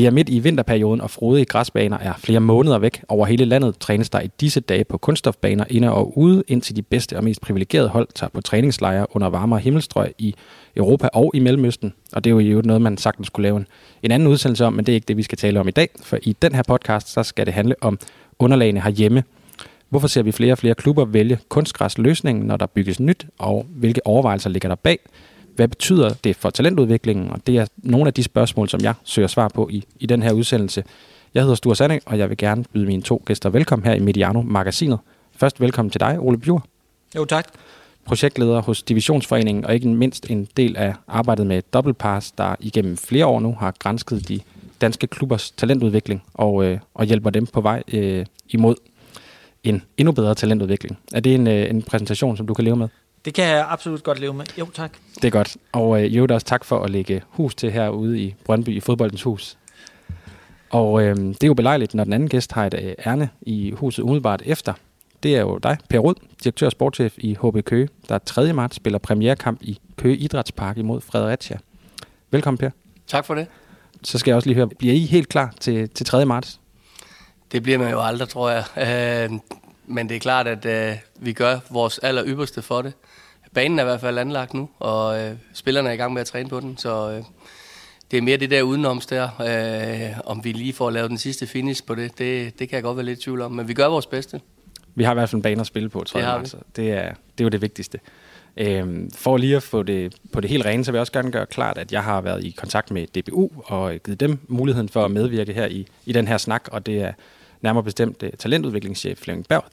Vi er midt i vinterperioden, og frodige græsbaner er flere måneder væk. Over hele landet trænes der i disse dage på kunststofbaner inde og ude, indtil de bedste og mest privilegerede hold tager på træningslejre under varmere himmelstrøg i Europa og i Mellemøsten. Og det er jo noget, man sagtens skulle lave en anden udsendelse om, men det er ikke det, vi skal tale om i dag. For i den her podcast, så skal det handle om underlagene herhjemme. Hvorfor ser vi flere og flere klubber vælge kunstgræsløsningen, når der bygges nyt, og hvilke overvejelser ligger der bag? Hvad betyder det for talentudviklingen? Og det er nogle af de spørgsmål, som jeg søger svar på i den her udsendelse. Jeg hedder Sture Sanding, og jeg vil gerne byde mine 2 gæster velkommen her i Mediano-magasinet. Først velkommen til dig, Ole Bjur. Jo, tak. Projektleder hos Divisionsforeningen, og ikke mindst en del af arbejdet med Double Pass, der igennem flere år nu har gransket de danske klubbers talentudvikling og hjælper dem på vej imod en endnu bedre talentudvikling. Er det en præsentation, som du kan leve med? Det kan jeg absolut godt leve med. Jo, tak. Det er godt. Og jo, også tak for at lægge hus til herude i Brøndby i Fodboldens Hus. Og det er jo belejligt, når den anden gæst har et ærne i huset umiddelbart efter. Det er jo dig, Per Rud, direktør og sportschef i HB Køge, der 3. marts spiller premierkamp i Køge Idrætspark imod Fredericia. Velkommen, Per. Tak for det. Så skal jeg også lige høre, bliver I helt klar til 3. marts? Det bliver man jo aldrig, tror jeg. Men det er klart, at vi gør vores aller ypperste for det. Banen er i hvert fald anlagt nu, og spillerne er i gang med at træne på den, så det er mere det der udenoms der. Om vi lige får lavet den sidste finish på det kan jeg godt være lidt i tvivl om, men vi gør vores bedste. Vi har i hvert fald en bane at spille på, tror jeg. Altså. Det er jo det vigtigste. For lige at få det på det helt rene, så vil jeg også gerne gøre klart, at jeg har været i kontakt med DBU og givet dem muligheden for at medvirke her i den her snak, og det er nærmere bestemt talentudviklingschef Flemming Berg.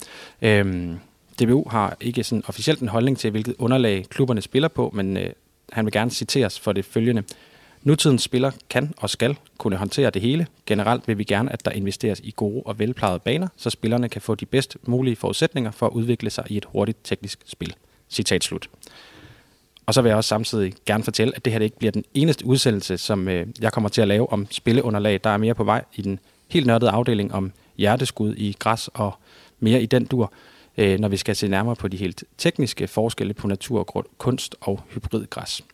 DBU har ikke sådan officielt en holdning til, hvilket underlag klubberne spiller på, men han vil gerne citeres for det følgende. Nutidens spiller kan og skal kunne håndtere det hele. Generelt vil vi gerne, at der investeres i gode og velplejede baner, så spillerne kan få de bedst mulige forudsætninger for at udvikle sig i et hurtigt teknisk spil. Citat slut. Og så vil jeg også samtidig gerne fortælle, at det her ikke bliver den eneste udsendelse, som jeg kommer til at lave om spilleunderlag. Der er mere på vej i den helt nørdede afdeling om hjerteskud i græs og mere i den dur, når vi skal se nærmere på de helt tekniske forskelle på natur, kunst og hybridgræs.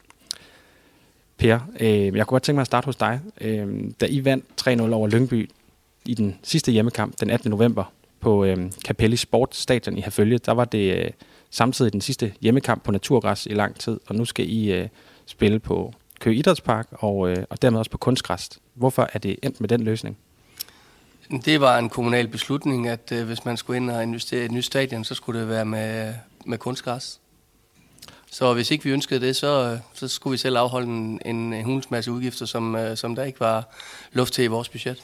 Per, jeg kunne godt tænke mig at starte hos dig. Da I vandt 3-0 over Lyngby i den sidste hjemmekamp den 18. november på Capelli Sportstadion i Herfølge, der var det samtidig den sidste hjemmekamp på naturgræs i lang tid, og nu skal I spille på Køge Idrætspark og dermed også på kunstgræs. Hvorfor er det endt med den løsning? Det var en kommunal beslutning, at hvis man skulle ind og investere i et nyt stadion, så skulle det være med kunstgræs. Så hvis ikke vi ønskede det, så skulle vi selv afholde en hulens masse udgifter, som der ikke var luft til i vores budget.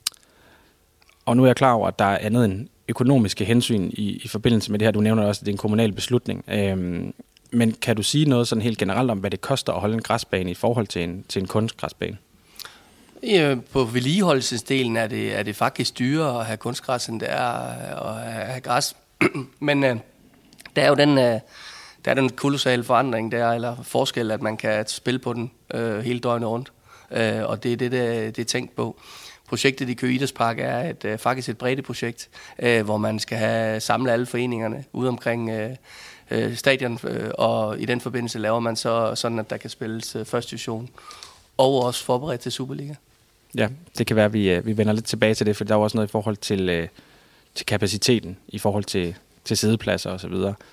Og nu er jeg klar over, at der er andet end økonomiske hensyn i forbindelse med det her. Du nævner også, at det er en kommunal beslutning. Men kan du sige noget sådan helt generelt om, hvad det koster at holde en græsbane i forhold til en kunstgræsbane? Ja, på vedligeholdelsesdelen er det faktisk dyrere at have kunstgræs, end det er at have græs. Men der er jo den kolossale forandring der, eller forskel, at man kan spille på den hele døgnet rundt. Og det er det er tænkt på. Projektet i Køge Idrætspark er faktisk et breddeprojekt, hvor man skal samle alle foreningerne ude omkring stadion, og i den forbindelse laver man så sådan, at der kan spilles første division, og også forberedt til Superliga. Ja, det kan være, at vi vender lidt tilbage til det, for der er også noget i forhold til kapaciteten, i forhold til siddepladser osv.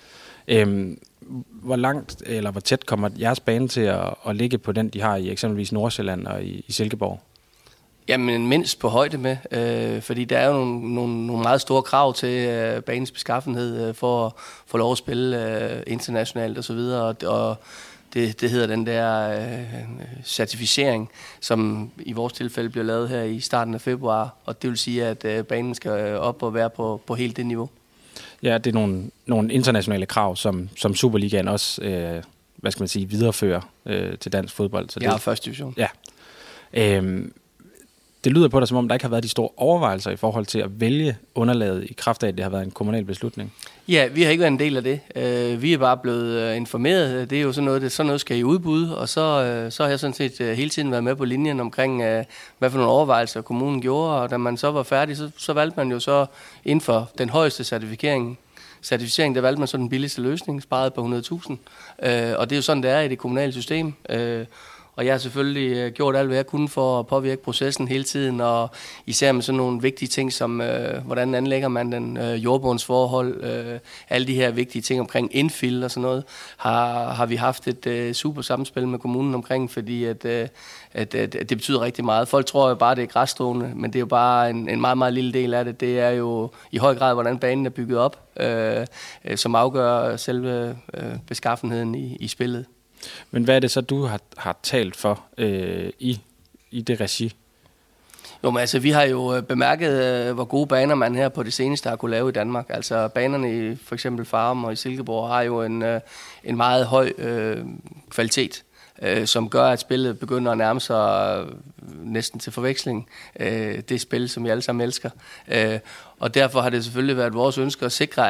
Hvor langt eller hvor tæt kommer jeres bane til at ligge på den, de har i eksempelvis Nordsjælland og i Silkeborg? Jamen mindst på højde med, fordi der er jo nogle meget store krav til banens beskaffenhed for at få lov at spille internationalt osv., og det hedder den der certificering, som i vores tilfælde bliver lavet her i starten af februar, og det vil sige, at banen skal op og være på helt det niveau. Ja, det er nogle internationale krav, som Superligaen også viderefører til dansk fodbold. Så ja, første division. Ja. Det lyder på dig, som om der ikke har været de store overvejelser i forhold til at vælge underlaget i kraft af, at det har været en kommunal beslutning. Ja, vi har ikke været en del af det. Vi er bare blevet informeret. Det er jo sådan noget skal i udbud, og så har jeg sådan set hele tiden været med på linjen omkring, hvad for nogle overvejelser kommunen gjorde, og da man så var færdig, så valgte man jo så inden for den højeste certificering, der valgte man så den billigste løsning, sparet på 100.000. Og det er jo sådan, det er i det kommunale system. Og jeg har selvfølgelig gjort alt, hvad jeg kunne for at påvirke processen hele tiden, og især med sådan nogle vigtige ting som, hvordan anlægger man den jordbundsforhold, alle de her vigtige ting omkring infill og sådan noget, har vi haft et super samspil med kommunen omkring, fordi at det betyder rigtig meget. Folk tror jo bare, det er græsstrående, men det er jo bare en meget, meget lille del af det. Det er jo i høj grad, hvordan banen er bygget op, som afgør selve beskaffenheden i spillet. Men hvad er det så, du har talt for i det regi? Jo, men altså, vi har jo bemærket, hvor gode baner man her på det seneste har kunne lave i Danmark. Altså, banerne i for eksempel Farum og i Silkeborg har jo en meget høj kvalitet, som gør, at spillet begynder at nærme sig næsten til forveksling. Det spil, som vi alle sammen elsker. Og derfor har det selvfølgelig været vores ønske at sikre,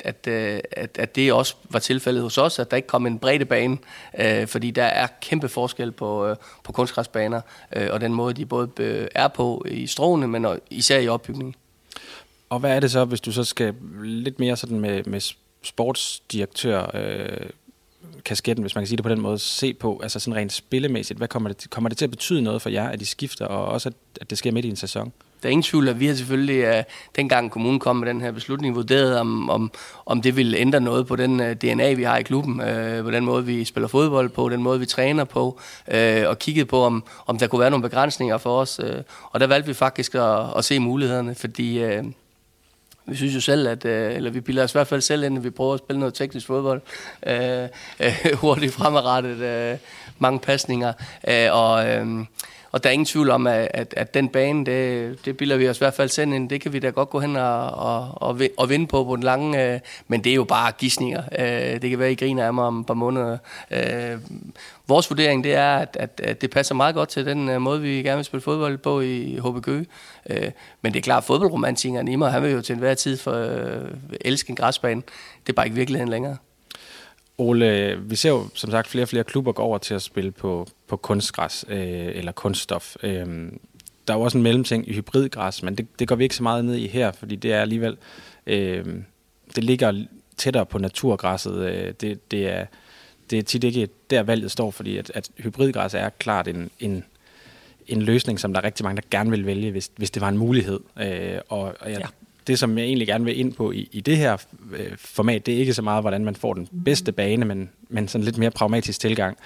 at det også var tilfældet hos os, at der ikke kom en bredde bane, fordi der er kæmpe forskel på kunstgræsbaner, og den måde, de både er på i stråene, men især i opbygningen. Og hvad er det så, hvis du så skal lidt mere sådan med sportsdirektør kasketten, hvis man kan sige det på den måde, se på, altså sådan rent spillemæssigt, hvad kommer det til at betyde noget for jer, at de skifter, og også at det sker midt i en sæson? Der er ingen tvivl, at vi har selvfølgelig, dengang kommunen kom med den her beslutning, vurderet, om det ville ændre noget på den DNA, vi har i klubben, på den måde, vi spiller fodbold på, den måde, vi træner på, og kigget på, om der kunne være nogle begrænsninger for os. Og der valgte vi faktisk at se mulighederne, fordi vi synes jo selv, eller vi bilder os i hvert fald selv ind, at vi prøver at spille noget teknisk fodbold, hurtigt fremadrettet, mange pasninger, og der er ingen tvivl om, at den bane, det bilder vi os i hvert fald selv ind, det kan vi da godt gå hen og vinde på den lange, men det er jo bare gidsninger. Det kan være, I griner af mig om et par måneder. Vores vurdering, det er, at det passer meget godt til den måde, vi gerne vil spille fodbold på i HB Køge. Men det er klart, fodboldromantikeren i mig, han vil jo til enhver tid elske en græsbane. Det er bare ikke virkeligheden længere. Ole, vi ser jo som sagt flere og flere klubber gå over til at spille på kunstgræs eller kunststof. Der er jo også en mellemting i hybridgræs, men det går vi ikke så meget ned i her, fordi det er alligevel, det ligger tættere på naturgræsset. Det er tit ikke der valget står, fordi at hybridgræs er klart en løsning, som der er rigtig mange, der gerne vil vælge, hvis det var en mulighed. Det, som jeg egentlig gerne vil ind på i det her format, det er ikke så meget, hvordan man får den bedste bane, men sådan lidt mere pragmatisk tilgang.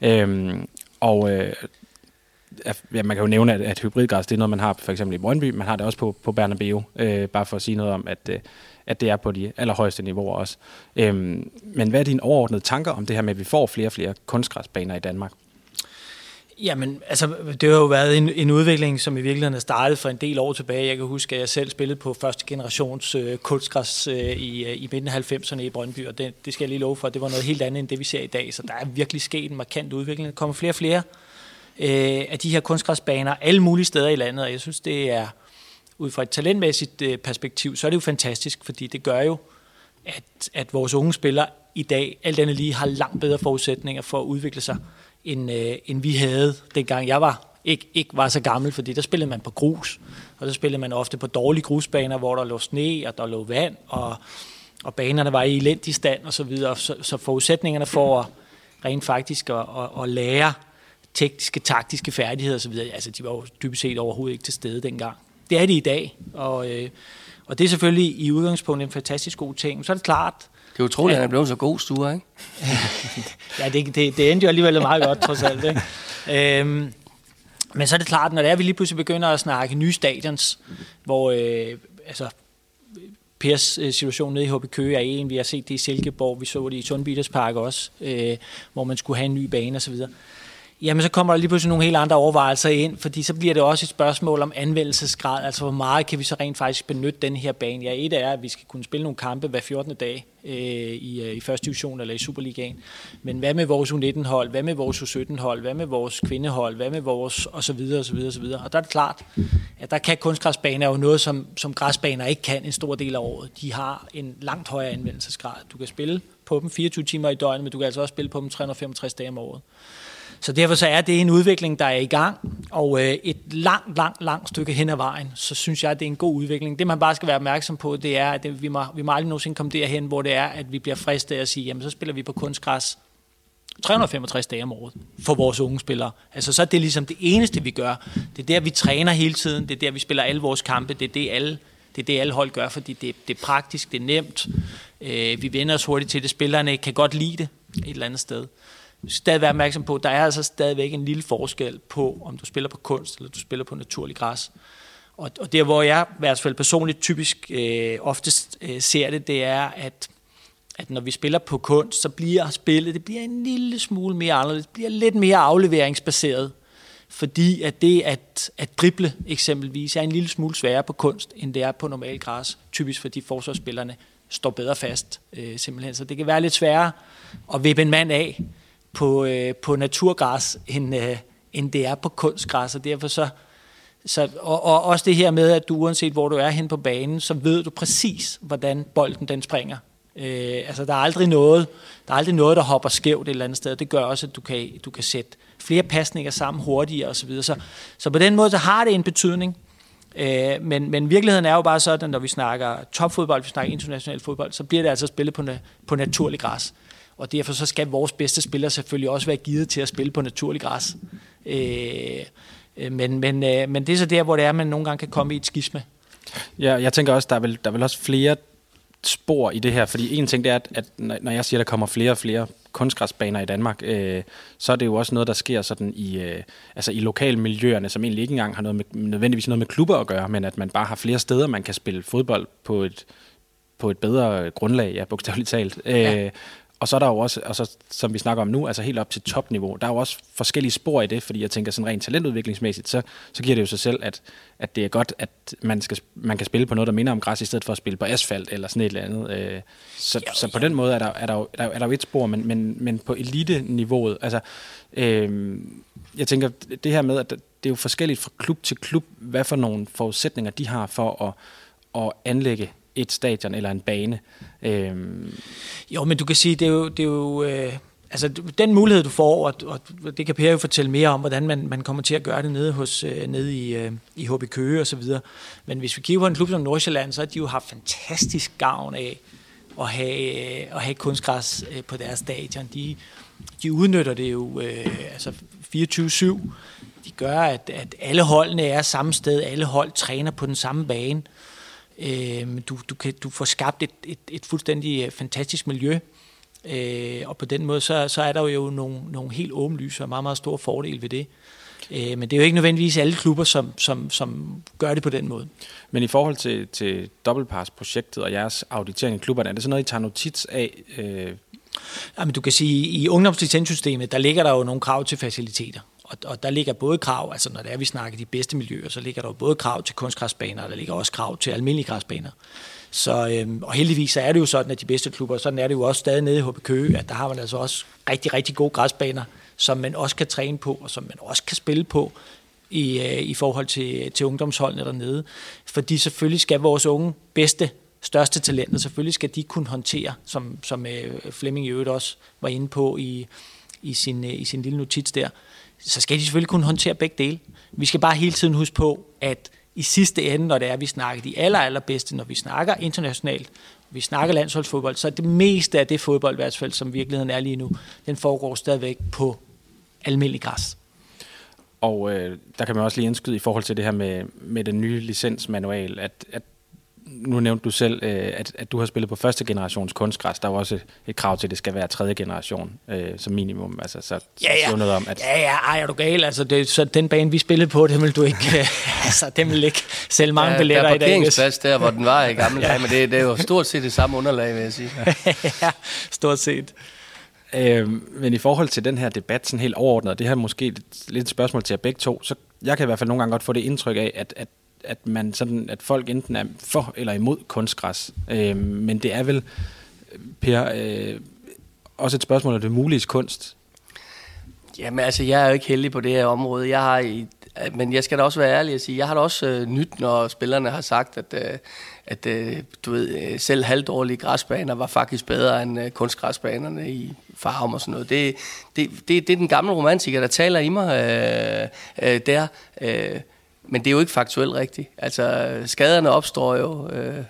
Man kan jo nævne, at hybridgræs, det er noget, man har for eksempel i Brøndby, man har det også på Bernabeu, bare for at sige noget om, at det er på de allerhøjeste niveauer også. Men hvad er dine overordnede tanker om det her med, at vi får flere og flere kunstgræsbaner i Danmark? Jamen, altså, det har jo været en udvikling, som i virkeligheden er startet for en del år tilbage. Jeg kan huske, at jeg selv spillede på første generations kunstgræs i midten af 90'erne i Brøndby, og det skal jeg lige love for, at det var noget helt andet end det, vi ser i dag. Så der er virkelig sket en markant udvikling. Der kommer flere og flere af de her kunstgræsbaner alle mulige steder i landet, og jeg synes, det er ud fra et talentmæssigt perspektiv, så er det jo fantastisk, fordi det gør jo, at vores unge spillere i dag, alt andet lige, har langt bedre forudsætninger for at udvikle sig, end vi havde, dengang jeg ikke var så gammel, fordi der spillede man på grus, og så spillede man ofte på dårlige grusbaner, hvor der lå sne, og der lå vand, og banerne var i elendig stand, og så videre, så forudsætningerne for rent faktisk at lære tekniske, taktiske færdigheder, og så videre, altså de var jo dybest set overhovedet ikke til stede dengang. Det er det i dag, og det er selvfølgelig i udgangspunktet en fantastisk god ting. Så er det klart, det er utroligt, at han er blevet så god, Sture, ikke? Ja, det endte jo alligevel meget godt, trods alt. Ikke? Men så er det klart, når vi lige pludselig begynder at snakke nye stadions, hvor Pers situation nede i HB Køge er en, vi har set det i Silkeborg, vi så det i Sundby Idrætspark også, hvor man skulle have en ny bane osv. Jamen, så kommer der lige pludselig nogle helt andre overvejelser ind, fordi så bliver det også et spørgsmål om anvendelsesgrad, altså hvor meget kan vi så rent faktisk benytte den her bane. Ja, et er, at vi skal kunne spille nogle kampe hver 14. dag i første division eller i Superligaen. Men hvad med vores U19-hold, hvad med vores U17-hold, hvad med vores kvindehold, hvad med vores osv. osv. Og der er det klart, at der kan kunstgræsbaner jo noget, som græsbaner ikke kan en stor del af året. De har en langt højere anvendelsesgrad. Du kan spille på dem 24 timer i døgnet, men du kan altså også spille på dem 365 dage om året. Så derfor så er det en udvikling, der er i gang, og et langt stykke hen ad vejen, så synes jeg, at det er en god udvikling. Det man bare skal være opmærksom på, det er, at vi må aldrig nogensinde komme derhen, hvor det er, at vi bliver fristet af at sige, jamen så spiller vi på kunstgræs 365 dage om året for vores unge spillere. Altså så er det ligesom det eneste, vi gør. Det er der, vi træner hele tiden. Det er der, vi spiller alle vores kampe. Det er det alle hold gør, fordi det er praktisk, det er nemt. Vi vender os hurtigt til det. Spillerne kan godt lide det et eller andet sted. Vi skal stadig være opmærksom på, der er altså stadigvæk en lille forskel på, om du spiller på kunst, eller du spiller på naturlig græs. Og der, hvor jeg i hvert fald personligt typisk oftest ser det, det er, at når vi spiller på kunst, så bliver spillet, det bliver en lille smule mere anderledes, det bliver lidt mere afleveringsbaseret, fordi at det at drible eksempelvis er en lille smule sværere på kunst, end det er på normal græs, typisk fordi forsvarsspillerne står bedre fast simpelthen. Så det kan være lidt sværere at vippe en mand af på naturgræs, end det er på kunstgræs, og derfor så og også det her med, at du uanset hvor du er hen på banen, så ved du præcis, hvordan bolden den springer. Altså der er aldrig noget, der hopper skævt et eller andet sted. Det gør også, at du kan sætte flere pasninger sammen hurtigere og så videre. Så på den måde så har det en betydning. Men virkeligheden er jo bare sådan, at når vi snakker topfodbold, vi snakker international fodbold, så bliver det altså spillet på naturlig græs. Og derfor så skal vores bedste spillere selvfølgelig også være givet til at spille på naturlig græs. Men det er så der, hvor det er, at man nogle gange kan komme i et skisme. Ja, jeg tænker også, der er vel også flere spor i det her, fordi en ting det er, at når jeg siger, at der kommer flere og flere kunstgræsbaner i Danmark, så er det jo også noget, der sker sådan i lokalmiljøerne, som egentlig ikke engang har nødvendigvis noget med klubber at gøre, men at man bare har flere steder, man kan spille fodbold på et bedre grundlag, ja, bogstaveligt talt. Ja. Og så er der jo også, altså, som vi snakker om nu, altså helt op til topniveau, der er jo også forskellige spor i det, fordi jeg tænker sådan rent talentudviklingsmæssigt, så giver det jo sig selv, at det er godt, at man kan spille på noget, der minder om græs, i stedet for at spille på asfalt eller sådan et eller andet. Så på den måde er der jo et spor, men på elite-niveauet, altså, jeg tænker det her med, at det er jo forskelligt fra klub til klub, hvad for nogle forudsætninger de har for at anlægge et stadion eller en bane. Jo, men du kan sige, det er jo altså den mulighed, du får, og det kan Per jo fortælle mere om, hvordan man kommer til at gøre det nede i HB Køge og så videre. Men hvis vi kigger på en klub som Nordsjælland, så har de jo haft fantastisk gavn af at have kunstgræs på deres stadion. De udnytter det jo altså 24/7. De gør, at alle holdene er samme sted, alle hold træner på den samme bane. Du får skabt et fuldstændig fantastisk miljø, og på den måde så er der jo nogle helt åbenlyse og meget, meget store fordele ved det. Men det er jo ikke nødvendigvis alle klubber, som gør det på den måde. Men i forhold til dobbeltpass-projektet og jeres auditering i klubberne, er det sådan noget, I tager notits af? Jamen, du kan sige, i ungdomslicenssystemet, der ligger der jo nogle krav til faciliteter. Og der ligger både krav, altså når det er, vi snakker de bedste miljøer, så ligger der jo både krav til kunstgræsbaner, og der ligger også krav til almindelige græsbaner. Så, og heldigvis så er det jo sådan, at de bedste klubber, sådan er det jo også stadig nede i HB Køge, at der har man altså også rigtig, rigtig gode græsbaner, som man også kan træne på, og som man også kan spille på i forhold til ungdomsholdene dernede. Fordi selvfølgelig skal vores unge bedste, største talenter, selvfølgelig skal de kunne håndtere, som Flemming i øvrigt også var inde på i sin lille notits der, så skal de selvfølgelig kunne håndtere begge dele. Vi skal bare hele tiden huske på, at i sidste ende, når det er, vi snakker de allerbedste, når vi snakker internationalt, vi snakker landsholdsfodbold, så er det meste af det fodbold, i hvert fald, som virkeligheden er lige nu, den foregår stadigvæk på almindelig græs. Og der kan man også lige indskyde i forhold til det her med den nye licensmanual, at nu nævnte du selv, at du har spillet på første generations kunstgræs. Der er jo også et krav til, at det skal være tredje generation som minimum. Altså, så noget om, at... er du gal? Altså, så den bane, vi spillede på, den vil du ikke... altså, den vil ikke sælge mange billetter i dag. Der er parkeringsplads der, hvor den var i gamle dage, men det er jo stort set det samme underlag, vil jeg sige. Ja, stort set. Men i forhold til den her debat, sådan helt overordnet, og det her måske lidt et spørgsmål til jer begge to, så jeg kan i hvert fald nogle gange godt få det indtryk af, at folk enten er for eller imod kunstgræs. Men det er vel, Per, også et spørgsmål om det mulige kunst. Jamen altså, jeg er jo ikke heldig på det her område. Men jeg skal da også være ærlig at sige, jeg har da også nyt, når spillerne har sagt, at du ved, selv halvdårlige græsbaner var faktisk bedre end kunstgræsbanerne i Farum og sådan noget. Det er den gamle romantiker, der taler i mig der. Men det er jo ikke faktuelt rigtigt. Altså, skaderne opstår jo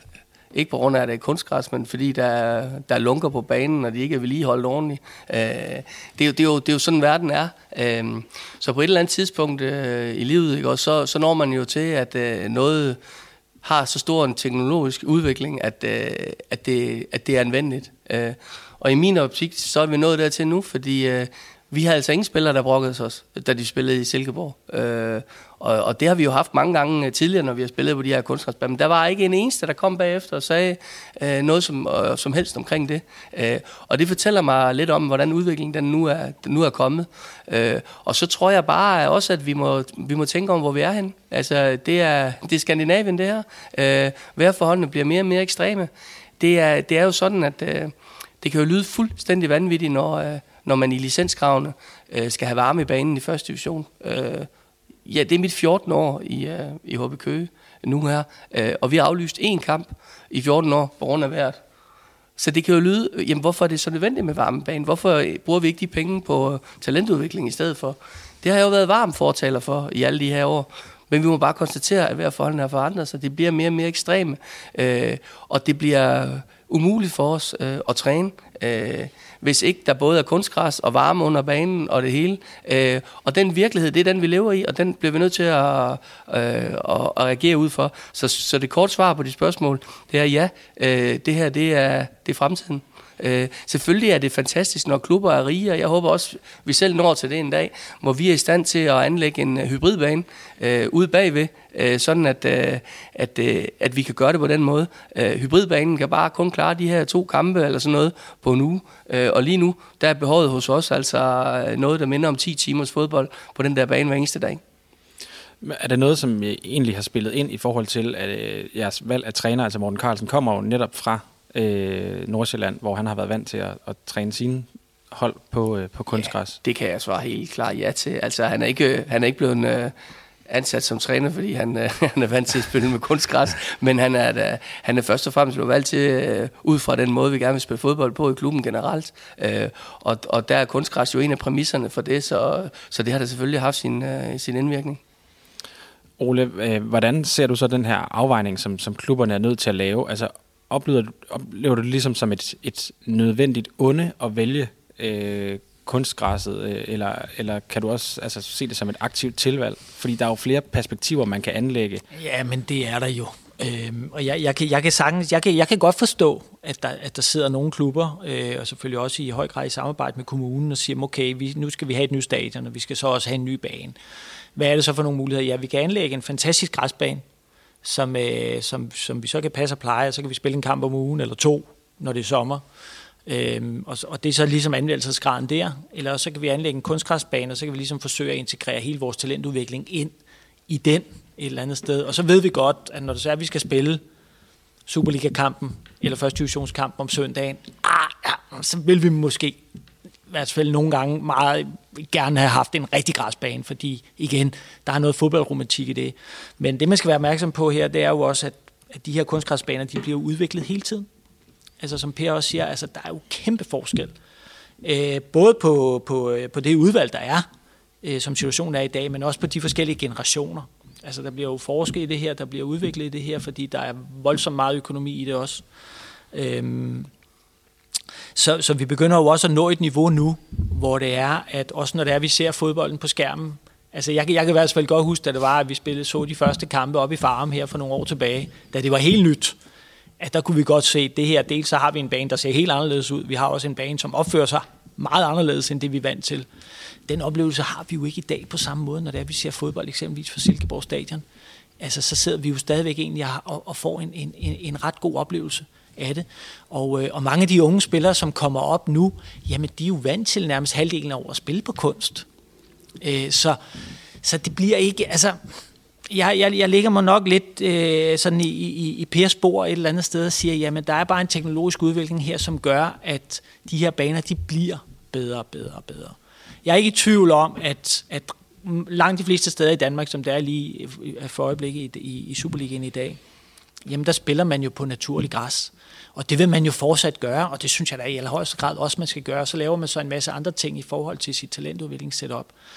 Ikke på grund af, at det er kunstgræs, men fordi der er lunker på banen, og de ikke er vedligeholdt ordentligt. Det er jo sådan, verden er. Så på et eller andet tidspunkt i livet, ikke, så når man jo til, at noget har så stor en teknologisk udvikling, at det er anvendeligt. Og i min optik, så er vi nået dertil nu, fordi vi har altså ingen spillere, der brokkede os, da de spillede i Silkeborg. Og det har vi jo haft mange gange tidligere, når vi har spillet på de her kunstgræsbaner. Men der var ikke en eneste, der kom bagefter og sagde noget som helst omkring det. Og det fortæller mig lidt om, hvordan udviklingen den nu er kommet. Og så tror jeg bare også, at vi må tænke om, hvor vi er hen. Altså, det er Skandinavien, det her. Vejrforholdene bliver mere og mere ekstreme. Det er jo sådan, at det kan jo lyde fuldstændig vanvittigt, når man i licenskravene skal have varme i banen i første division. Ja, det er mit 14 år i HB Køge nu her, og vi har aflyst 1 kamp i 14 år på grund af vejret. Så det kan jo lyde, jamen hvorfor er det så nødvendigt med varmebane? Hvorfor bruger vi ikke de penge på talentudvikling i stedet for? Det har jeg jo været varm fortaler for i alle de her år. Men vi må bare konstatere, at vejrforholdene har forandret sig. Det bliver mere og mere ekstreme, og det bliver umuligt for os at træne, hvis ikke der både er kunstgræs og varme under banen og det hele. Og den virkelighed, det er den, vi lever i, og den bliver vi nødt til at reagere ud for. Så det korte svar på de spørgsmål, det er ja, det her det er fremtiden. Selvfølgelig er det fantastisk, når klubber er rige, og jeg håber også, vi selv når til det en dag, hvor vi er i stand til at anlægge en hybridbane ude bagved, sådan at vi kan gøre det på den måde. Hybridbanen kan bare kun klare de her 2 kampe eller sådan noget på en uge, og lige nu, der er behovet hos os altså noget, der minder om 10 timers fodbold på den der bane hver eneste dag. Er det noget, som egentlig har spillet ind i forhold til, at jeres valg af træner, altså Morten Carlsen, kommer jo netop fra Nordsjælland, hvor han har været vant til at træne sine hold på kunstgræs? Ja, det kan jeg svare helt klart ja til. Altså, han er ikke blevet ansat som træner, fordi han er vant til at spille med kunstgræs, men han er først og fremmest blevet valgt til, ud fra den måde, vi gerne vil spille fodbold på i klubben generelt. Og der er kunstgræs jo en af præmisserne for det, så det har da selvfølgelig haft sin indvirkning. Ole, hvordan ser du så den her afvejning, som klubberne er nødt til at lave? Altså, oplever du det ligesom som et nødvendigt onde at vælge kunstgræsset, eller kan du også se det som et aktivt tilvalg? Fordi der er jo flere perspektiver, man kan anlægge. Ja, men det er der jo. Og jeg kan godt forstå, at der sidder nogle klubber, og selvfølgelig også i høj grad i samarbejde med kommunen, og siger, okay, nu skal vi have et nyt stadion, og vi skal så også have en ny bane. Hvad er det så for nogle muligheder? Ja, vi kan anlægge en fantastisk græsbane, som vi så kan passe og pleje, og så kan vi spille en kamp om ugen eller 2, når det er sommer. Og det er så ligesom anvendelsesgraden der. Eller så kan vi anlægge en kunstgræsbane, og så kan vi ligesom forsøge at integrere hele vores talentudvikling ind i den et eller andet sted. Og så ved vi godt, at når det så er, at vi skal spille Superliga-kampen eller første divisionskamp om søndagen, så vil vi måske i hvert fald nogle gange meget gerne have haft en rigtig græsbane, fordi igen, der er noget fodboldromantik i det. Men det, man skal være opmærksom på her, det er jo også, at de her kunstgræsbaner, de bliver udviklet hele tiden. Altså som Per også siger, altså, der er jo kæmpe forskel. Både på det udvalg, der er, som situationen er i dag, men også på de forskellige generationer. Altså der bliver jo forsket i det her, der bliver udviklet i det her, fordi der er voldsomt meget økonomi i det også. Så vi begynder jo også at nå et niveau nu, hvor det er, at også når det er, vi ser fodbolden på skærmen, altså jeg kan i hvert fald godt huske, da det var, at vi så de første kampe op i Farum her for nogle år tilbage, da det var helt nyt, at der kunne vi godt se det her. Dels så har vi en bane, der ser helt anderledes ud. Vi har også en bane, som opfører sig meget anderledes, end det vi er vant til. Den oplevelse har vi jo ikke i dag på samme måde, når det er, vi ser fodbold eksempelvis fra Silkeborg Stadion. Altså så sidder vi jo stadigvæk egentlig og får en ret god oplevelse af det. Og mange af de unge spillere, som kommer op nu, jamen de er jo vant til nærmest halvdelen over at spille på kunst. Så det bliver ikke, altså jeg ligger mig nok lidt sådan i Pers spor et eller andet sted og siger, jamen der er bare en teknologisk udvikling her, som gør, at de her baner, de bliver bedre og bedre og bedre. Jeg er ikke i tvivl om, at langt de fleste steder i Danmark, som der er lige for øjeblikket i Superligaen i dag, jamen der spiller man jo på naturlig græs. Og det vil man jo fortsat gøre, og det synes jeg da i allerhøjeste grad også, man skal gøre. Så laver man så en masse andre ting i forhold til sit talentudviklingssetup.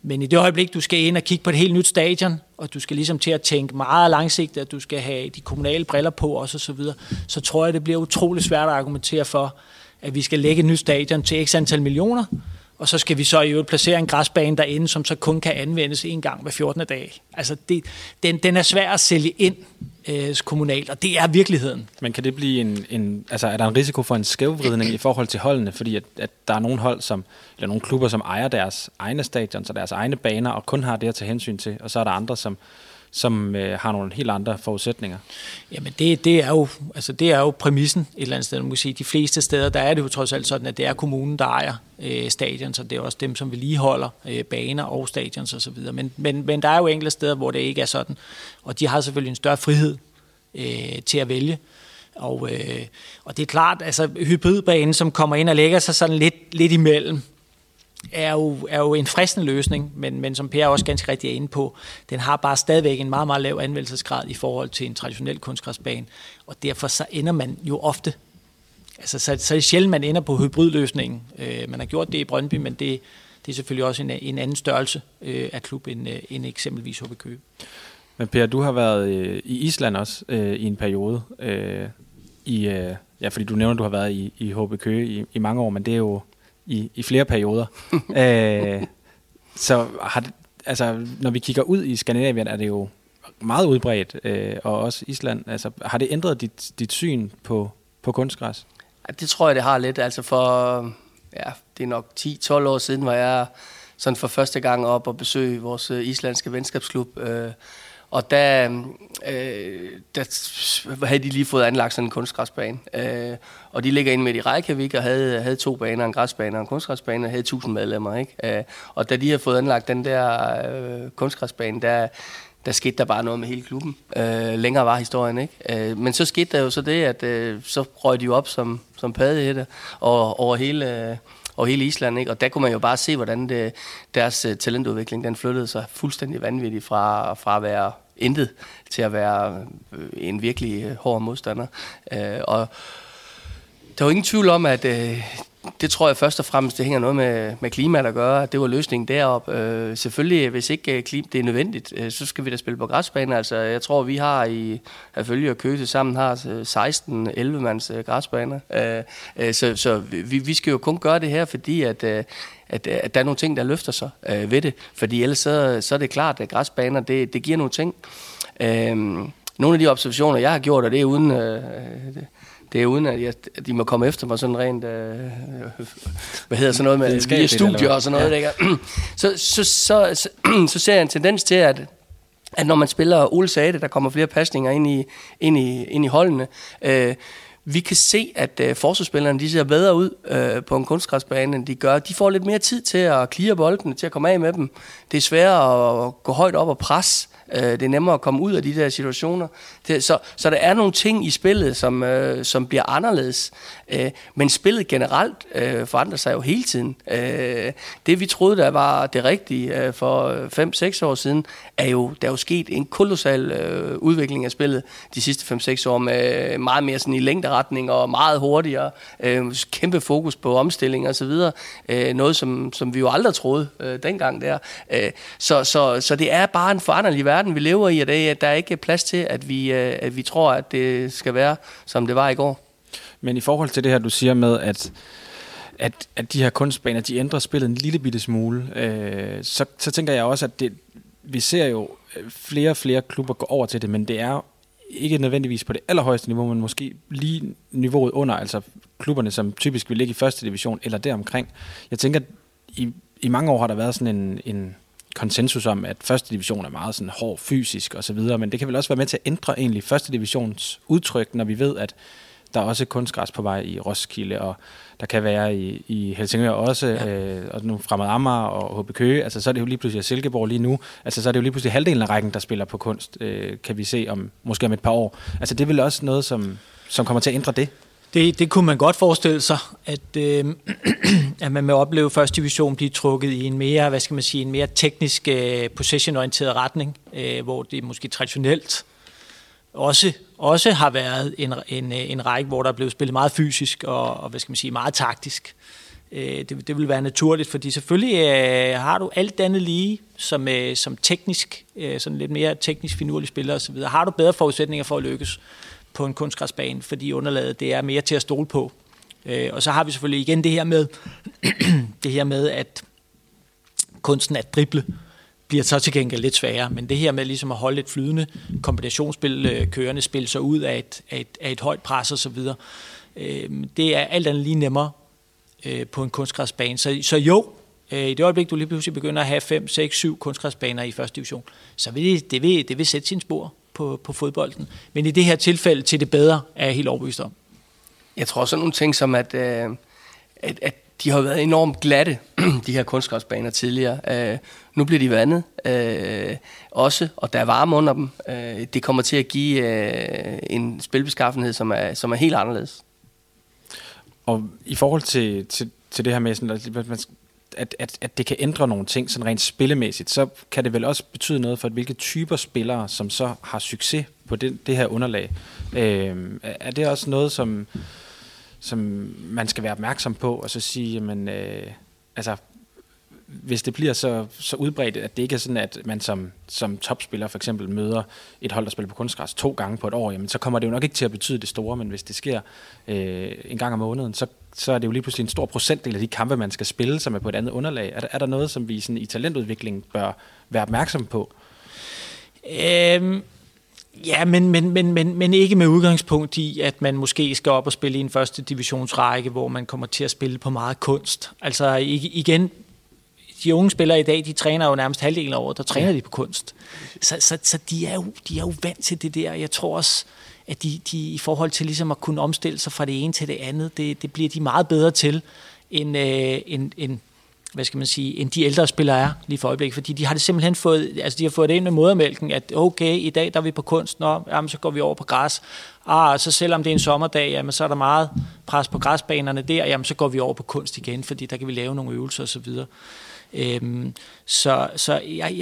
Men i det øjeblik, du skal ind og kigge på et helt nyt stadion, og du skal ligesom til at tænke meget langsigtet, at du skal have de kommunale briller på også, og så videre, så tror jeg, det bliver utrolig svært at argumentere for, at vi skal lægge et nyt stadion til x antal millioner, og så skal vi så i øvrigt placere en græsbane derinde, som så kun kan anvendes en gang hver 14. dag. Altså, den er svær at sælge ind kommunalt, og det er virkeligheden. Men kan det blive altså er der en risiko for en skævvridning i forhold til holdene, fordi at der er nogle hold, eller nogle klubber, som ejer deres egne stadions og deres egne baner, og kun har det at tage hensyn til, og så er der andre, som har nogle helt andre forudsætninger? Jamen det er jo præmissen et eller andet sted. Man må sige, de fleste steder, der er det jo trods alt sådan, at det er kommunen, der ejer stadions, og det er også dem, som vedligeholder baner og stadions osv. Men der er jo enkelte steder, hvor det ikke er sådan, og de har selvfølgelig en større frihed til at vælge. Og det er klart, altså hybridbanen, som kommer ind og lægger sig sådan lidt imellem, er jo en fristende løsning, men som Per også ganske rigtig er inde på, den har bare stadigvæk en meget, meget lav anvendelsesgrad i forhold til en traditionel kunstgræsbane, og derfor så ender man jo ofte, altså så er det sjældent, man ender på hybridløsningen. Man har gjort det i Brøndby, men det er selvfølgelig også en anden størrelse af klub end eksempelvis HB Køge. Men Per, du har været i Island også i en periode, fordi du nævner, at du har været i HB Køge i mange år, men det er jo i flere perioder. Så når vi kigger ud i Skandinavien, er det jo meget udbredt, og også Island. Altså, har det ændret dit syn på kunstgræs? Ja, det tror jeg, det har lidt. Altså det er nok 10-12 år siden, var jeg sådan for første gang op og besøge vores islandske venskabsklub. Og der havde de lige fået anlagt sådan en kunstgræsbane. Og de ligger inde midt i Reykjavik og havde 2 baner, en græsbane og en kunstgræsbane, og havde 1000 medlemmer. Ikke? Og da de havde fået anlagt den der kunstgræsbane, der skete der bare noget med hele klubben. Længere var historien, ikke? Men så skete der jo så det, at så røg de jo op som padehætte over hele Island, ikke? Og der kunne man jo bare se, hvordan deres talentudvikling, den flyttede sig fuldstændig vanvittigt fra at være intet til at være en virkelig hård modstander. Og der er jo ingen tvivl om, at det tror jeg først og fremmest, det hænger noget med klimaet at gøre. Det var løsningen deroppe. Selvfølgelig, hvis ikke det er nødvendigt, så skal vi da spille på græsbaner. Altså, jeg tror, vi har i Følge og Køge sammen har 16-11 mands græsbaner. Så vi skal jo kun gøre det her, fordi at der er nogle ting, der løfter sig ved det. Fordi ellers så er det klart, at græsbaner, det giver nogle ting. Nogle af de observationer, jeg har gjort, og det er uden... Det er uden, at de må komme efter mig sådan rent, hvad hedder sådan noget med via studier og sådan noget. Ja. Så ser jeg en tendens til, at når man spiller, Ole sagde det, der kommer flere pasninger ind i holdene. Vi kan se, at forsvarsspillerne, de ser bedre ud på en kunstgræsbane, end de gør. De får lidt mere tid til at cleare boldene, til at komme af med dem. Det er sværere at gå højt op og presse. Det er nemmere at komme ud af de der situationer. Så der er nogle ting i spillet, som bliver anderledes. Men spillet generelt forandrer sig jo hele tiden. Det vi troede, der var det rigtige for 5-6 år siden, der er jo sket en kolossal udvikling af spillet de sidste 5-6 år, med meget mere sådan i længderetning og meget hurtigere, kæmpe fokus på omstilling og så videre. Noget, som vi jo aldrig troede dengang der. Så det er bare en foranderlig verden, vi lever i, og der er ikke plads til, at vi tror, at det skal være, som det var i går. Men i forhold til det her, du siger med, at de her kunstbaner, de ændrer spillet en lille bitte smule, så tænker jeg også, at vi ser jo flere og flere klubber gå over til det, men det er ikke nødvendigvis på det allerhøjeste niveau, men måske lige niveauet under, altså klubberne, som typisk vil ligge i første division eller deromkring. Jeg tænker, at i mange år har der været sådan en konsensus om, at første division er meget sådan hård fysisk og så videre, men det kan vel også være med til at ændre egentlig første divisions udtryk, når vi ved, at der er også kunstgræs på vej i Roskilde, og der kan være i Helsingør også, og nu Fremad Amager og HB Køge, altså så er det jo lige pludselig Silkeborg lige nu, altså så er det jo lige pludselig halvdelen af rækken, der spiller på kunst, kan vi se måske om et par år. Altså det er vel også noget, som kommer til at ændre det? Det kunne man godt forestille sig, at man med opleve første division blive trukket i en mere, en mere teknisk possession-orienteret retning, hvor det måske traditionelt også har været en række, hvor der er blevet spillet meget fysisk og meget taktisk. Det vil være naturligt, fordi selvfølgelig har du alt andet lige som teknisk, sådan lidt mere teknisk finurlig spiller osv., har du bedre forudsætninger for at lykkes på en kunstgræsbane, fordi underlaget det er mere til at stole på. Og så har vi selvfølgelig igen det her med, at kunsten at drible bliver så til gengæld lidt sværere, men det her med ligesom at holde et flydende kombinationsspil kørende, spille sig ud af et højt pres og så videre, det er alt andet lige nemmere på en kunstgræsbane. Så jo, i det øjeblik, du lige pludselig begynder at have 5, 6, 7 kunstgræsbaner i første division, så vil det vil sætte sin spor på fodbolden. Men i det her tilfælde til det bedre, er jeg helt overbevist om. Jeg tror også nogle ting som, at de har været enormt glatte, de her kunstgræsbaner tidligere. Nu bliver de vandet også, og der er varme under dem. Det kommer til at give en spilbeskaffenhed, som er helt anderledes. Og i forhold til det her med, sådan, at det kan ændre nogle ting sådan rent spillemæssigt, så kan det vel også betyde noget for, hvilke typer spillere, som så har succes på det her underlag. Er det også noget, som man skal være opmærksom på, og så sige, jamen, altså, hvis det bliver så udbredt, at det ikke er sådan, at man som topspiller for eksempel møder et hold, der spiller på kunstgræs 2 gange på et år, jamen, så kommer det jo nok ikke til at betyde det store, men hvis det sker en gang om måneden, så er det jo lige pludselig en stor procentdel af de kampe, man skal spille, som er på et andet underlag. Er der noget, som vi sådan, i talentudviklingen bør være opmærksom på? Ja, men ikke med udgangspunkt i, at man måske skal op og spille i en første divisionsrække, hvor man kommer til at spille på meget kunst. Altså igen, de unge spillere i dag, de træner jo nærmest halvdelen af året, der træner de på kunst. Så de er jo vant til det der. Jeg tror også, at de i forhold til ligesom at kunne omstille sig fra det ene til det andet, det bliver de meget bedre til, end hvad skal man sige, end de ældre spillere er lige for øjeblikket, fordi de har det simpelthen fået, altså de har fået det ind med modermælken, at okay, i dag der er vi på kunst, jamen, så går vi over på græs. Så selvom det er en sommerdag, jamen, så er der meget pres på græsbanerne der, jamen, så går vi over på kunst igen, fordi der kan vi lave nogle øvelser og så videre. Så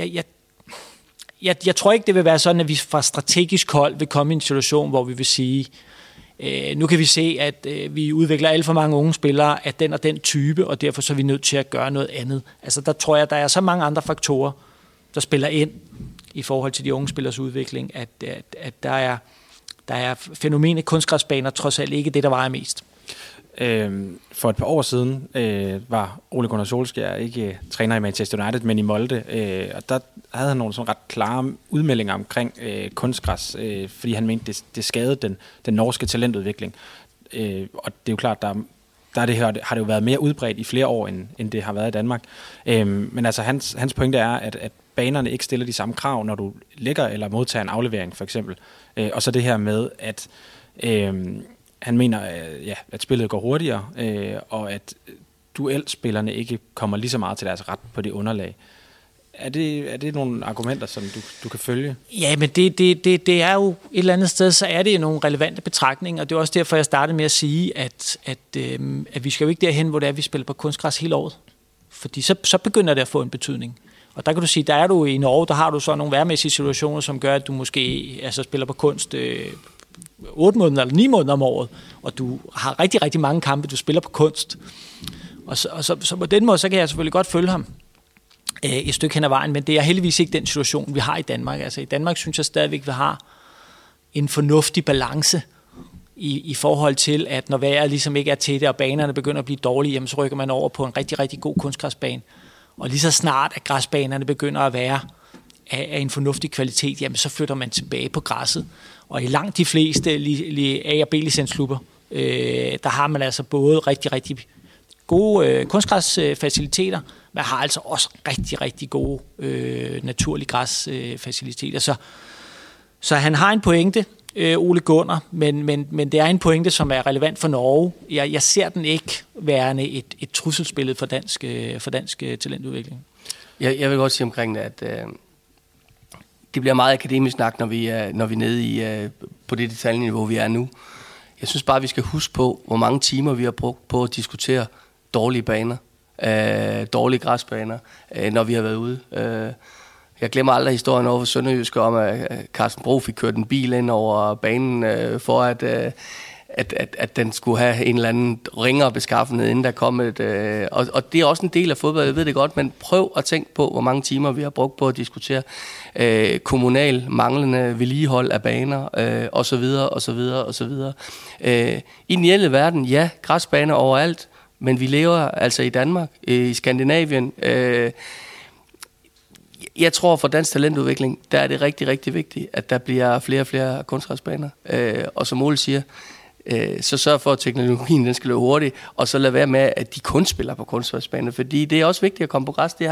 jeg tror ikke, det vil være sådan, at vi fra strategisk hold vil komme i en situation, hvor vi vil sige, nu kan vi se, at vi udvikler alt for mange unge spillere af den og den type, og derfor så er vi nødt til at gøre noget andet. Altså der tror jeg, der er så mange andre faktorer, der spiller ind i forhold til de unge spillers udvikling, at der er fænomenet kunstgræsbaner trods alt ikke det, der vejer mest. For et par år siden var Ole Gunnar Solskjær ikke træner i Manchester United, men i Molde, og der havde han nogle sådan ret klare udmeldinger omkring kunstgræs, fordi han mente, det skadede den norske talentudvikling. Og det er jo klart, der har det jo været mere udbredt i flere år, end det har været i Danmark. Men altså hans pointe er, at banerne ikke stiller de samme krav, når du lægger eller modtager en aflevering, for eksempel. Og så det her med, at han mener, at spillet går hurtigere, og at duelspillerne ikke kommer lige så meget til deres ret på det underlag. Er det nogle argumenter, som du kan følge? Ja, men det er jo et eller andet sted, så er det nogle relevante betragtninger, og det er også derfor, jeg startede med at sige, at vi skal jo ikke derhen, hvor det er, vi spiller på kunstgræs hele året. Fordi så begynder det at få en betydning. Og der kan du sige, der er du i Norge, der har du så nogle vejrmæssige situationer, som gør, at du måske spiller på kunst 8 måneder eller 9 måneder om året, og du har rigtig, rigtig mange kampe, du spiller på kunst. Og så på den måde, så kan jeg selvfølgelig godt følge ham et stykke hen ad vejen, men det er heldigvis ikke den situation, vi har i Danmark. Altså i Danmark synes jeg stadigvæk, vi har en fornuftig balance i forhold til, at når vejret ligesom ikke er til det, og banerne begynder at blive dårlige, jamen, så rykker man over på en rigtig, rigtig god kunstgræsbane. Og lige så snart, at græsbanerne begynder at være af en fornuftig kvalitet, jamen, så flytter man tilbage på græsset. Og i langt de fleste A- og B-licensklubber, der har man altså både rigtig, rigtig gode kunstgræsfaciliteter, men har altså også rigtig, rigtig gode naturlige græsfaciliteter. Så han har en pointe, Ole Gunnar, men det er en pointe, som er relevant for Norge. Jeg ser den ikke værende et trusselsbillede for dansk talentudvikling. Jeg vil godt sige omkring det, at det bliver meget akademisk snak, når vi er nede i på det detaljeniveau, vi er nu. Jeg synes bare, vi skal huske på, hvor mange timer vi har brugt på at diskutere dårlige baner, dårlige græsbaner, når vi har været ude. Jeg glemmer aldrig historien over for Sønderjysk om, at Carsten Bro fik kørt en bil ind over banen, for at den skulle have en eller anden ringere beskaffenhed, inden der kom et... Og det er også en del af fodbold, jeg ved det godt, men prøv at tænke på, hvor mange timer vi har brugt på at diskutere kommunal manglende vedligehold af baner, og så videre, og så videre, og så videre. I den ideelle verden, ja, græsbaner overalt, men vi lever altså i Danmark, i Skandinavien. Jeg tror, for dansk talentudvikling, der er det rigtig, rigtig vigtigt, at der bliver flere og flere kunstgræsbaner. Og som Ole siger, så sørg for, at teknologien den skal løbe hurtigt, og så lad være med, at de kun spiller på kunstgræsbaner, fordi det er også vigtigt at komme på græs.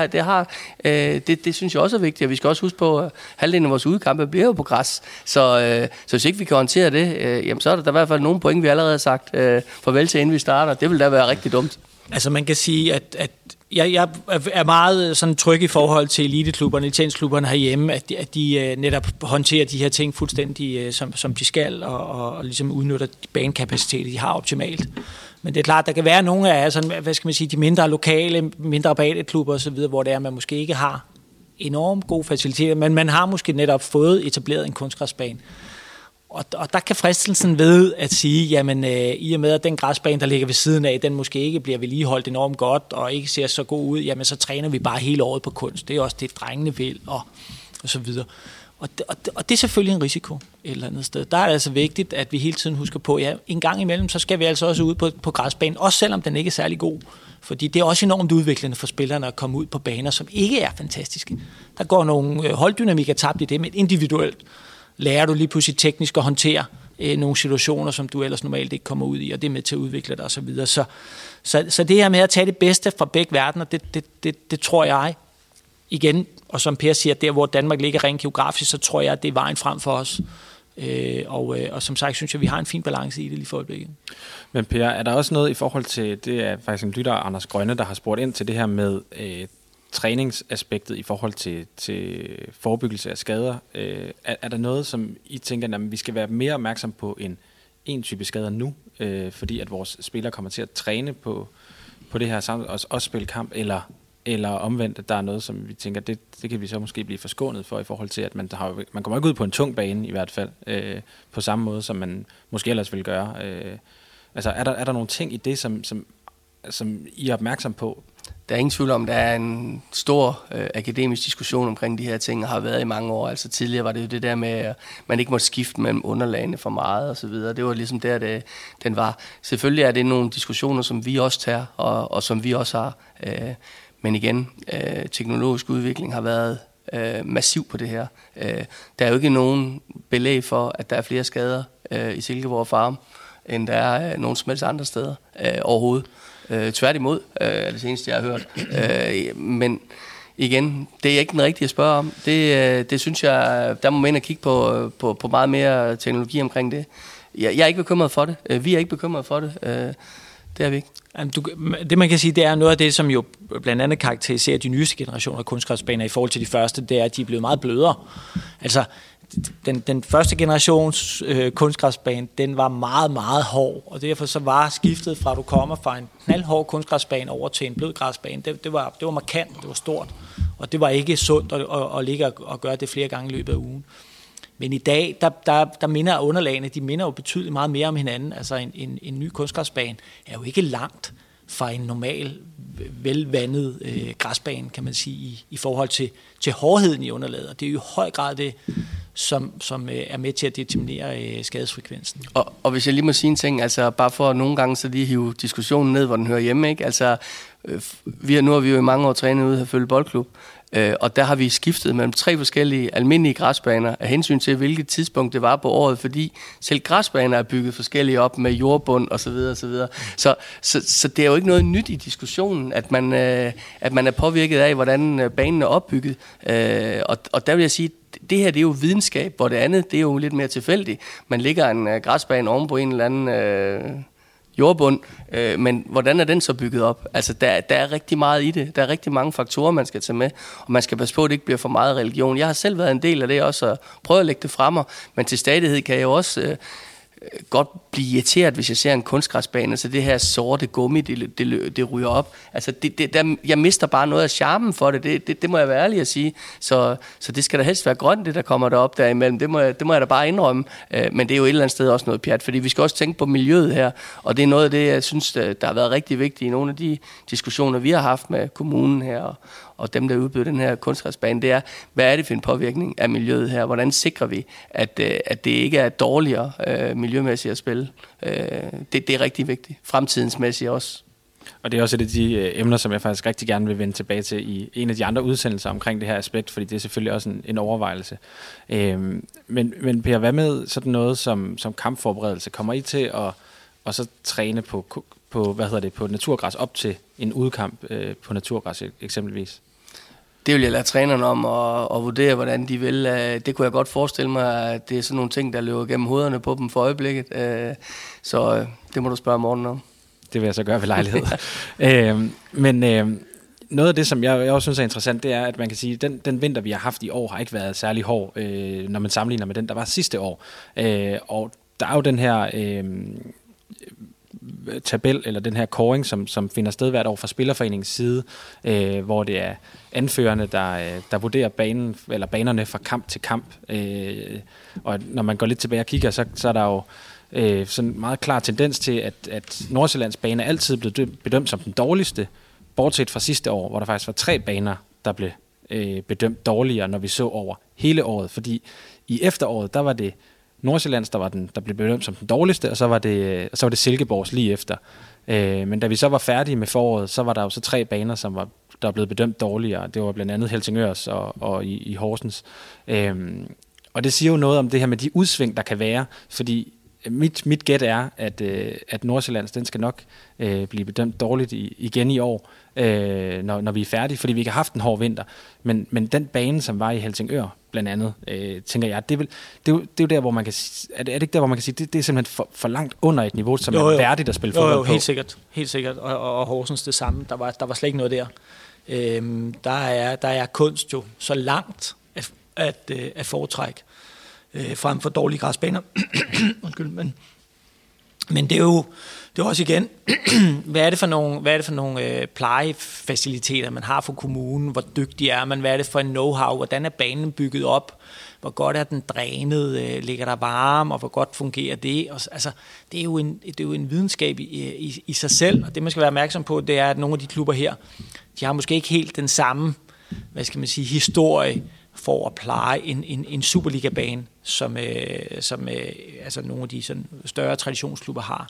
Det synes jeg også er vigtigt, og vi skal også huske på, at halvdelen af vores udkampe bliver jo på græs. Så hvis ikke vi kan håndtere det, jamen, så er der i hvert fald nogle point, vi allerede har sagt farvel til, inden vi starter. Det vil da være rigtig dumt. Altså man kan sige, at jeg er meget sådan tryg i forhold til eliteklubberne, licensklubberne herhjemme, at de netop håndterer de her ting fuldstændig som de skal, og ligesom udnytter banekapaciteter, de har optimalt. Men det er klart, der kan være nogle af sådan, hvad skal man sige, de mindre lokale, mindre balletklubber osv., hvor det er, man måske ikke har enormt gode faciliteter, men man har måske netop fået etableret en kunstgræsbane. Og der kan fristelsen ved at sige, jamen i og med at den græsbane, der ligger ved siden af, den måske ikke bliver vedligeholdt enormt godt, og ikke ser så god ud, jamen så træner vi bare hele året på kunst. Det er også det, drengene vil, og så videre. Og det er selvfølgelig en risiko et eller andet sted. Der er det altså vigtigt, at vi hele tiden husker på, ja, en gang imellem, så skal vi altså også ud på græsbanen, også selvom den ikke er særlig god. Fordi det er også enormt udviklende for spillerne at komme ud på baner, som ikke er fantastiske. Der går nogle holddynamikker tabt i det, men individuelt lærer du lige pludselig teknisk at håndtere nogle situationer, som du ellers normalt ikke kommer ud i, og det er med til at udvikle dig osv. Så det her med at tage det bedste fra begge verdener, det tror jeg igen, og som Per siger, der hvor Danmark ligger rent geografisk, så tror jeg, at det er vejen frem for os. Og som sagt, synes jeg, vi har en fin balance i det lige for øjeblikket. Men Per, er der også noget i forhold til, det er faktisk en lytter, Anders Grønne, der har spurgt ind til det her med træningsaspektet i forhold til forebyggelse af skader. Er der noget, som I tænker, at vi skal være mere opmærksom på en type skader nu, fordi at vores spillere kommer til at træne på det her sammen, også spille kamp, eller omvendt, at der er noget, som vi tænker, det kan vi så måske blive forskånet for, i forhold til, at man kommer ikke ud på en tung bane, i hvert fald, på samme måde, som man måske ellers ville gøre. Altså, er der nogle ting i det, som I er opmærksom på? Der er ingen tvivl om, der er en stor akademisk diskussion omkring de her ting, og har været i mange år. Altså tidligere var det jo det der med, at man ikke måtte skifte mellem underlagene for meget og så videre. Det var ligesom der, den var. Selvfølgelig er det nogle diskussioner, som vi også tager, og som vi også har. Men igen, teknologisk udvikling har været massiv på det her. Der er jo ikke nogen belæg for, at der er flere skader i Silkeborg Farm, end der er nogen som helst andre steder overhovedet. Tværtimod er det seneste, jeg har hørt. Men igen, det er ikke den rigtige at spørge om. Det synes jeg, der må man ind og kigge på meget mere teknologi omkring det. Jeg er ikke bekymret for det. Vi er ikke bekymret for det. Det er vi ikke. Det man kan sige, det er noget af det, som jo blandt andet karakteriserer de nyeste generationer af kunstgræsbaner i forhold til de første, det er, at de er blevet meget blødere. Altså, den første generations kunstgræsbane, den var meget, meget hård, og derfor så var skiftet fra, at du kommer fra en knaldhård kunstgræsbane over til en blød græsbane, det var markant, det var stort, og det var ikke sundt at ligge og gøre det flere gange i løbet af ugen. Men i dag, der minder underlagene, de minder jo betydeligt meget mere om hinanden. Altså en ny kunstgræsbane er jo ikke langt fra en normal, velvandet græsbane, kan man sige, i forhold til hårdheden i underlaget. Og det er jo i høj grad det, som er med til at determinere skadesfrekvensen. Og hvis jeg lige må sige en ting, altså bare for nogle gange så lige hive diskussionen ned, hvor den hører hjemme, ikke? Altså, nu har vi jo i mange år trænet ude af Følge Boldklub, og der har vi skiftet mellem 3 forskellige almindelige græsbaner af hensyn til, hvilket tidspunkt det var på året, fordi selv græsbaner er bygget forskellige op med jordbund og så videre, og så videre. Så det er jo ikke noget nyt i diskussionen, at man er påvirket af, hvordan banen er opbygget. Og der vil jeg sige, det her, det er jo videnskab, hvor det andet, det er jo lidt mere tilfældigt. Man lægger en græsbane oven på en eller anden jordbund, men hvordan er den så bygget op? Altså, der er rigtig meget i det. Der er rigtig mange faktorer, man skal tage med, og man skal passe på, at det ikke bliver for meget religion. Jeg har selv været en del af det også, og prøvet at lægge det frem, men til stadighed kan jeg jo også godt blive irriteret, hvis jeg ser en kunstgræsbane, så det her sorte gummi, det ryger op. Altså, jeg mister bare noget af charmen for det. Det må jeg være ærlig at sige. Så det skal da helst være grønt, det der kommer derop derimellem. Det må jeg da bare indrømme. Men det er jo et eller andet sted også noget pjat, fordi vi skal også tænke på miljøet her, og det er noget af det, jeg synes, der har været rigtig vigtigt i nogle af de diskussioner, vi har haft med kommunen her, og dem, der udbyder den her kunstgræsbane, det er, hvad er det for en påvirkning af miljøet her? Hvordan sikrer vi, at det ikke er dårligere miljømæssigt at spille? Det er rigtig vigtigt. Fremtidensmæssigt også. Og det er også et af de emner, som jeg faktisk rigtig gerne vil vende tilbage til i en af de andre udsendelser omkring det her aspekt, fordi det er selvfølgelig også en overvejelse. Men Per, hvad med sådan noget som kampforberedelse? Kommer I til at så træne på på naturgræs op til en udkamp på naturgræs eksempelvis? Det vil jeg lade trænerne om at vurdere, hvordan de vil. Det kunne jeg godt forestille mig, at det er sådan nogle ting, der løber gennem hovederne på dem for øjeblikket. Så det må du spørge morgen om. Det vil jeg så gøre ved lejlighed. Men noget af det, som jeg også synes er interessant, det er, at man kan sige, at den vinter, vi har haft i år, har ikke været særlig hård, når man sammenligner med den, der var sidste år. Og der er jo den her tabel, eller den her kåring, som finder sted hvert år fra Spillerforeningens side, hvor det er anførerne, der vurderer banerne fra kamp til kamp. Og når man går lidt tilbage og kigger, så er der jo sådan en meget klar tendens til, at Nordsjællands bane er altid blevet bedømt som den dårligste, bortset fra sidste år, hvor der faktisk var 3 baner, der blev bedømt dårligere, når vi så over hele året. Fordi i efteråret, der var det Nordsjællands, der blev bedømt som den dårligste, og så var det Silkeborgs lige efter. Men da vi så var færdige med foråret, så var der jo så 3 baner, der er blevet bedømt dårligere. Det var blandt andet Helsingørs og i Horsens. Og det siger jo noget om det her med de udsving, der kan være, fordi mit gæt er, at Nordsjællands, den skal nok blive bedømt dårligt igen i år, når vi er færdige, fordi vi ikke har haft en hård vinter. Men den bane, som var i Helsingør, blandt andet, tænker jeg, det er jo der, hvor man kan sige, er det ikke der, hvor man kan sige, det er simpelthen for langt under et niveau, som er værdigt at spille fodbold på? Helt sikkert. Og Horsens det samme. Der var slet ikke noget der. Der er kunst jo så langt at foretrække frem for dårlige græsbaner. Undskyld, men det er jo også igen, hvad er det for nogle plejefaciliteter, man har for kommunen, hvor dygtig er man, hvad er det for en know-how, hvordan er banen bygget op, hvor godt er den drænet, ligger der varme, og hvor godt fungerer det. Og, altså, det er jo en videnskab i sig selv, og det man skal være opmærksom på, det er, at nogle af de klubber her, de har måske ikke helt den samme, hvad skal man sige, historie for at pleje en Superliga-bane, som altså nogle af de sådan større traditionsklubber har.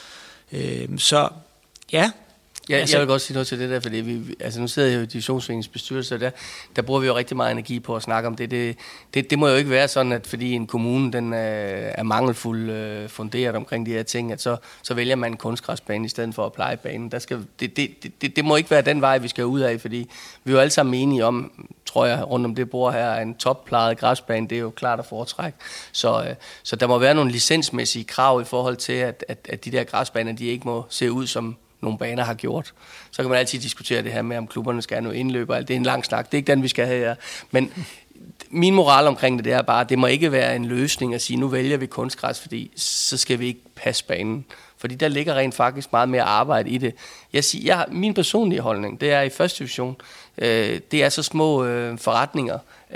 Så ja. Jeg vil godt sige noget til det der, fordi nu sidder jeg jo i Divisionsforeningens bestyrelse, og der bruger vi jo rigtig meget energi på at snakke om det. Det må jo ikke være sådan, at fordi en kommune den er mangelfuld funderet omkring de her ting, at så vælger man en kunstgræsbane i stedet for at pleje banen. Det må ikke være den vej, vi skal ud af, fordi vi er jo alle sammen enige om, tror jeg, rundt om det bord her, en topplejet græsbane, det er jo klart at foretrække. Så der må være nogle licensmæssige krav i forhold til, at de der græsbaner, de ikke må se ud som nogle baner har gjort. Så kan man altid diskutere det her med, om klubberne skal have noget indløb og alt. Det er en lang snak. Det er ikke den, vi skal have her. Men min moral omkring det er bare, at det må ikke være en løsning at sige, nu vælger vi kunstgræs, fordi så skal vi ikke passe banen. Fordi der ligger rent faktisk meget mere arbejde i det. Min personlige holdning, det er i første division, det er så små forretninger,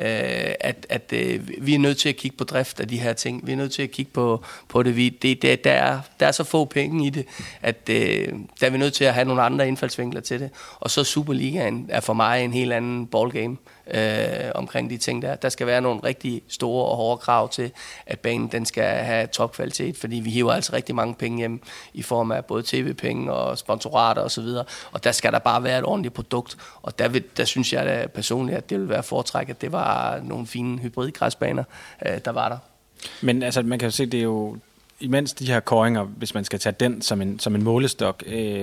at vi er nødt til at kigge på drift af de her ting. Vi er nødt til at kigge på det. Der er så få penge i det, at der er vi nødt til at have nogle andre indfaldsvinkler til det. Og så Superligaen er for mig en helt anden ballgame omkring de ting der. Der skal være nogle rigtig store og hårde krav til, at banen den skal have topkvalitet, fordi vi hiver altså rigtig mange penge hjem i form af både tv-penge og sponsorater og så videre. Og der skal der bare være et ordentligt produkt. Og der synes jeg da personligt, at det vil være foretræk, at det var nogle fine hybridgræsbaner, der var der. Men altså, man kan jo se, det er jo imens de her kåringer, hvis man skal tage den som en målestok,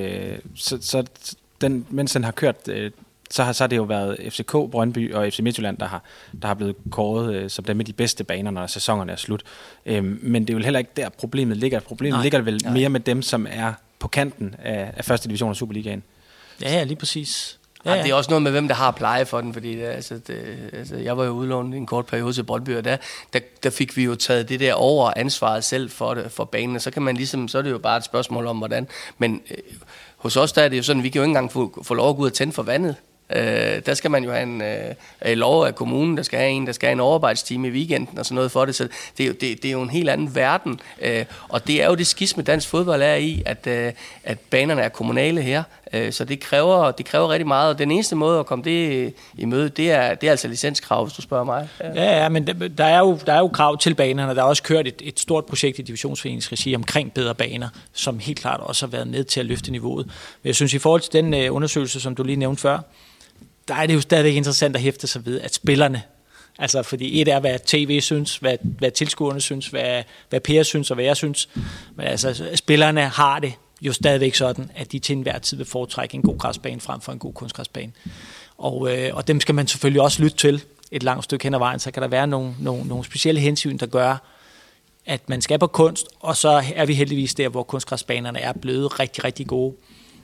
så mens den har kørt, så har det jo været FCK, Brøndby og FC Midtjylland, der har blevet kåret som dem med de bedste baner, når sæsonerne er slut. Men det er jo heller ikke der, problemet ligger. Problemet ligger vel mere med dem, som er på kanten af første division af Superligaen. Ja, lige præcis. Ja. Det er også noget med, hvem der har pleje for den, fordi jeg var jo udlånt i en kort periode til Brøndby, og der fik vi jo taget det der over ansvaret selv for banen, og så kan man ligesom, så er det jo bare et spørgsmål om, hvordan. Men hos os, der er det jo sådan, vi kan jo ikke engang få lov at gå ud og tænde for vandet. Der skal man jo have en lov af kommunen, der skal have en overarbejdstime i weekenden og sådan noget for det, så det er jo en helt anden verden, og det er jo det skisme dansk fodbold er i, at banerne er kommunale her, så det kræver rigtig meget, og den eneste måde at komme det i møde, det er altså licenskrav, hvis du spørger mig. Ja, men der er jo krav til banerne, der er også kørt et stort projekt i divisionsforeningsregi omkring bedre baner, som helt klart også har været med til at løfte niveauet. Men jeg synes, i forhold til den undersøgelse, som du lige nævnte før, der er det jo stadigvæk interessant at hæfte sig ved, at spillerne, altså fordi et er, hvad TV synes, hvad tilskuerne synes, hvad Per synes og hvad jeg synes, men altså spillerne har det jo stadigvæk sådan, at de til enhver tid vil foretrække en god græsbane frem for en god kunstgræsbane. Og dem skal man selvfølgelig også lytte til et langt stykke hen ad vejen, så kan der være nogle specielle hensyn, der gør, at man skal på kunst, og så er vi heldigvis der, hvor kunstgræsbanerne er blevet rigtig, rigtig gode.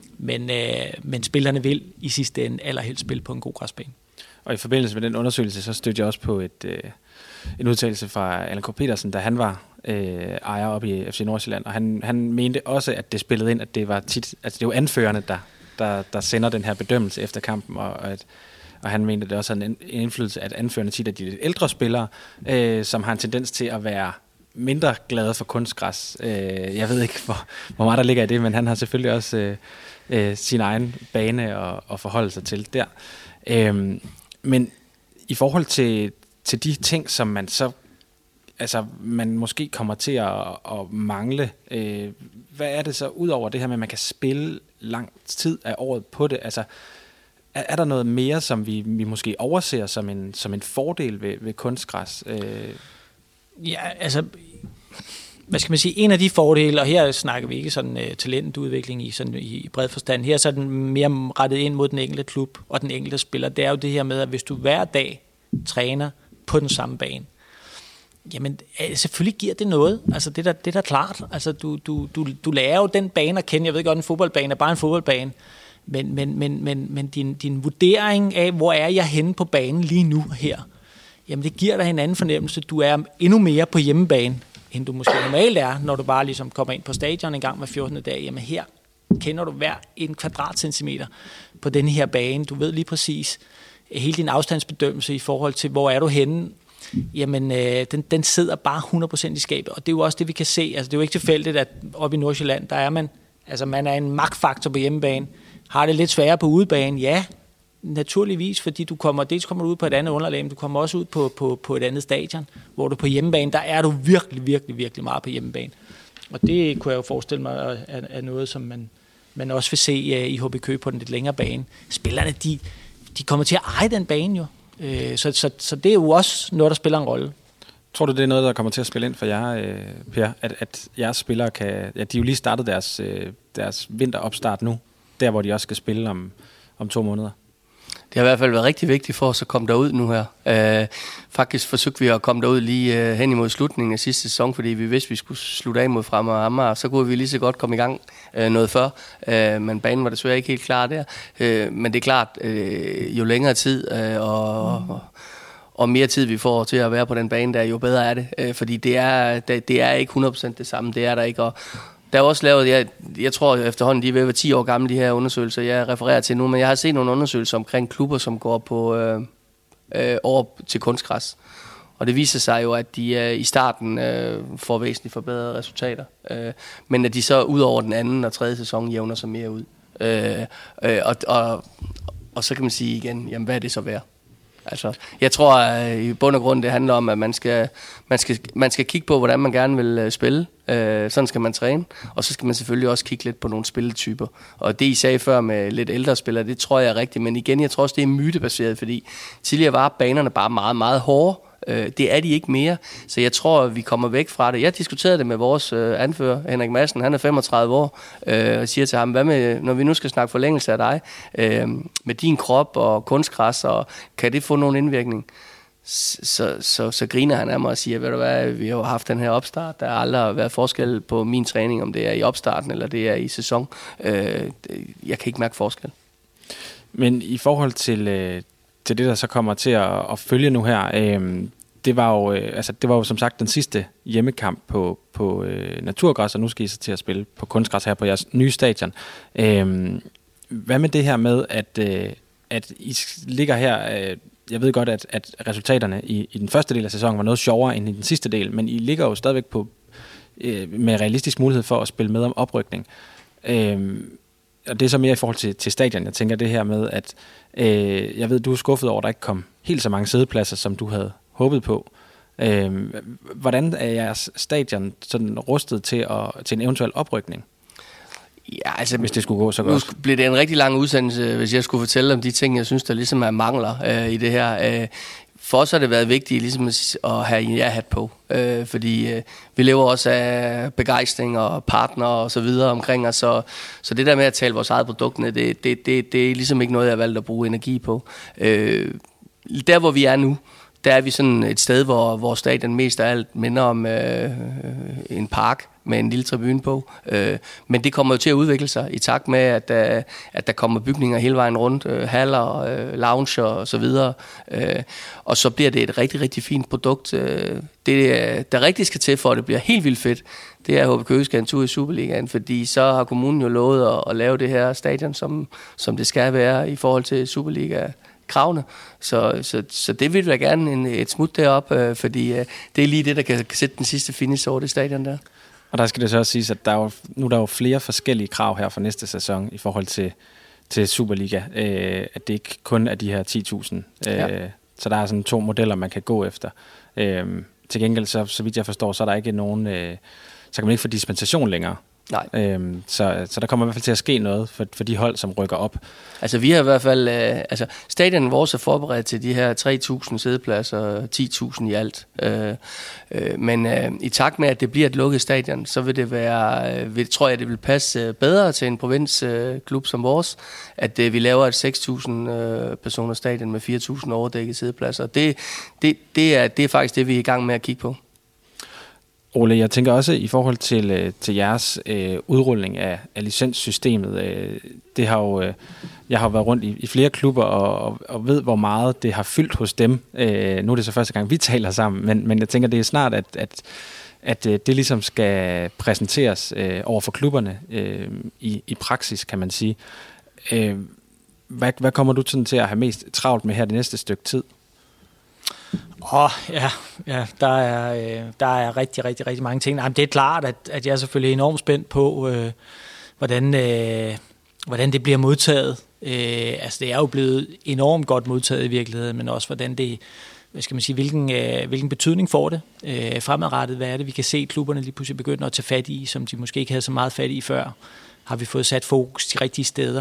Men spillerne vil i sidste ende allerhelst spille på en god græsbane. Og i forbindelse med den undersøgelse, så stødte jeg også på en udtalelse fra Allan K. Petersen, da han var ejer op i FC Nordsjælland, og han mente også, at det spillede ind, at det var tit, altså det er jo anførerne, der sender den her bedømmelse efter kampen, og han mente, at det også havde en indflydelse, at anførerne tit er de lidt ældre spillere, som har en tendens til at være mindre glade for kunstgræs. Jeg ved ikke, hvor meget der ligger i det, men han har selvfølgelig også sin egen bane at forholde sig til der. Men i forhold til de ting, som man så man måske kommer til at mangle, hvad er det så ud over det her med, at man kan spille lang tid af året på det? Altså, er der noget mere, som vi måske overser som en fordel ved kunstgræs? Ja, altså, hvad skal man sige, en af de fordele, og her snakker vi ikke sådan talentudvikling i bred forstand, her er så den mere rettet ind mod den enkelte klub og den enkelte spiller, det er jo det her med, at hvis du hver dag træner på den samme bane, jamen selvfølgelig giver det noget, altså det er da klart, altså du lærer jo den bane at kende, jeg ved godt, en fodboldbane er bare en fodboldbane, men din vurdering af, hvor er jeg henne på banen lige nu her, jamen det giver dig en anden fornemmelse. Du er endnu mere på hjemmebane, end du måske normalt er, når du bare ligesom kommer ind på stadion en gang hver 14. dag. Jamen her kender du hver en kvadratcentimeter på denne her bane. Du ved lige præcis hele din afstandsbedømmelse i forhold til, hvor er du henne. Jamen den sidder bare 100% i skabet. Og det er jo også det, vi kan se. Altså det er jo ikke tilfældigt, at oppe i Nordsjælland, der er man er en magtfaktor på hjemmebane. Har det lidt sværere på udebane? Ja, naturligvis, fordi du kommer ud på et andet underlag, men du kommer også ud på et andet stadion, hvor du på hjemmebane, der er du virkelig, virkelig, virkelig meget på hjemmebane. Og det kunne jeg jo forestille mig er noget, som man også vil se i HB Køge på den lidt længere bane. Spillerne, de kommer til at eje den bane jo. Så det er jo også noget, der spiller en rolle. Tror du, det er noget, der kommer til at spille ind for jer, Per? At jeres spillere kan... Ja, de jo lige startet deres vinteropstart nu, der hvor de også skal spille om 2 måneder. Det har i hvert fald været rigtig vigtigt for os at komme derud nu her. Faktisk forsøgte vi at komme derud lige hen imod slutningen af sidste sæson, fordi vi vidste, at vi skulle slutte af mod Fremad Amager, så kunne vi lige så godt komme i gang noget før. Men banen var desværre ikke helt klar der. Men det er klart, jo længere tid og mere tid vi får til at være på den bane der, jo bedre er det. Fordi det er ikke 100% det samme, det er der ikke. Og der er også lavet, jeg tror efterhånden, de er ved at være 10 år gamle, de her undersøgelser, jeg refererer til nu, men jeg har set nogle undersøgelser omkring klubber, som går på over til kunstgræs. Og det viser sig jo, at de i starten får væsentligt forbedrede resultater, men at de så ud over den anden og tredje sæson jævner sig mere ud. Og så kan man sige igen, jamen hvad er det så værd? Altså, jeg tror at i bund og grund det handler om, at man skal kigge på, hvordan man gerne vil spille. Sådan skal man træne. Og så skal man selvfølgelig også kigge lidt på nogle spilletyper. Og det I sagde før med lidt ældre spillere, det tror jeg er rigtigt. Men igen, jeg tror også, det er mytebaseret, fordi tidligere var banerne bare meget, meget hårde. Det er de ikke mere, så jeg tror, vi kommer væk fra det. Jeg diskuterede det med vores anfører, Henrik Madsen, han er 35 år, og siger til ham, hvad med, når vi nu skal snakke forlængelse af dig, med din krop og kunstgræs, og kan det få nogen indvirkning? Så griner han af mig og siger, ved du hvad, vi har jo haft den her opstart, der har aldrig været forskel på min træning, om det er i opstarten, eller det er i sæson. Jeg kan ikke mærke forskel. Men i forhold til det, der så kommer til at følge nu her, det var jo som sagt den sidste hjemmekamp på naturgræs, og nu skal I så til at spille på kunstgræs her på jeres nye stadion. Hvad med det her med, at I ligger her... Jeg ved godt, at resultaterne i den første del af sæsonen var noget sjovere end i den sidste del, men I ligger jo stadigvæk med realistisk mulighed for at spille med om oprykning. Og det er så mere i forhold til stadion. Jeg tænker det her med, at jeg ved, du er skuffet over, at der ikke kom helt så mange sædepladser, som du havde håbet på. Hvordan er jeres stadion sådan rustet til en eventuel oprykning? Ja, altså, hvis det skulle gå så godt. Nu bliver det en rigtig lang udsendelse, hvis jeg skulle fortælle om de ting, jeg synes, der ligesom er mangler i det her. For os har det været vigtigt ligesom at have en ja-hat på, fordi vi lever også af begejstring og partner og så videre omkring os, så det der med at tale vores eget produkt ned, det er ligesom ikke noget, jeg har valgt at bruge energi på. Der hvor vi er nu, der er vi sådan et sted, hvor stadion mest af alt minder om en park med en lille tribune på. Men det kommer jo til at udvikle sig i takt med, at der kommer bygninger hele vejen rundt, haller, lounge og så videre. Og så bliver det et rigtig, rigtig fint produkt. Det, der rigtig skal til for, at det bliver helt vildt fedt, det er, at HB Køge skal en tur i Superligaen, fordi så har kommunen jo lovet at lave det her stadion, som det skal være i forhold til Superliga-kravene. Så det vil jeg gerne et smut derop, fordi det er lige det, der kan sætte den sidste finish over det stadion der. Og der skal det så også siges, at der er jo flere forskellige krav her for næste sæson i forhold til Superliga. At det ikke kun er de her 10.000. Ja. Så der er sådan 2 modeller, man kan gå efter. Til gengæld, så vidt jeg forstår, så er der ikke nogen... så kan man ikke få dispensation længere. Nej. Så der kommer i hvert fald til at ske noget for de hold, som rykker op. Altså vi har i hvert fald, stadion vores er forberedt til de her 3.000 sædepladser, 10.000 i alt. Men i takt med, at det bliver et lukket stadion, så vil det være, tror jeg, det vil passe bedre til en provinsklub som vores, at vi laver et 6.000 personer stadion med 4.000 overdækkede sædepladser. Det er faktisk det, vi er i gang med at kigge på. Ole, jeg tænker også i forhold til jeres udrulning af licenssystemet. Det har jo, jeg har været rundt i flere klubber og ved, hvor meget det har fyldt hos dem. Nu er det så første gang, vi taler sammen, men jeg tænker, det er snart, at det ligesom skal præsenteres over for klubberne i praksis, kan man sige. Hvad kommer du sådan til at have mest travlt med her det næste stykke tid? Ja, der er rigtig, rigtig, rigtig mange ting. Jamen, det er klart, at jeg er selvfølgelig enormt spændt på, hvordan det bliver modtaget. Altså, det er jo blevet enormt godt modtaget i virkeligheden, men også hvordan det, hvad skal man sige, hvilken betydning får det fremadrettet. Hvad er det, vi kan se klubberne lige pludselig begynde at tage fat i, som de måske ikke havde så meget fat i før? Har vi fået sat fokus de rigtige steder?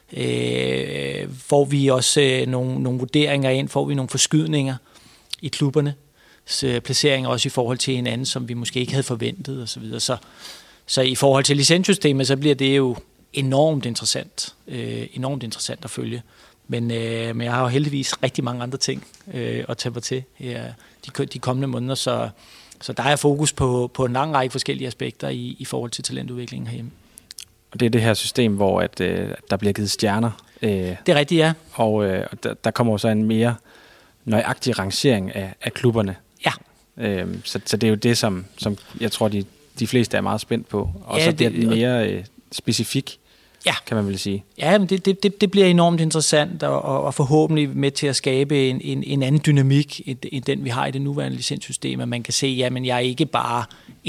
Får vi også nogle vurderinger ind? Får vi nogle forskydninger i klubbernes placeringer, også i forhold til hinanden, som vi måske ikke havde forventet osv. Så i forhold til licenssystemet, så bliver det jo enormt interessant at følge. Men jeg har jo heldigvis rigtig mange andre ting at tage mig til de kommende måneder, så der er fokus på en lang række forskellige aspekter i forhold til talentudviklingen herhjemme. Og det er det her system, hvor at der bliver givet stjerner. Det er rigtigt, ja. Og der kommer jo så en mere nøjagtig rangering af klubberne. Ja. Så det er jo det, som jeg tror, de fleste er meget spændt på. Og ja, så bliver det mere specifik, kan man vel sige. Ja, men det bliver enormt interessant, og forhåbentlig med til at skabe en anden dynamik, end den vi har i det nuværende licenssystem, at man kan se, jamen jeg er ikke bare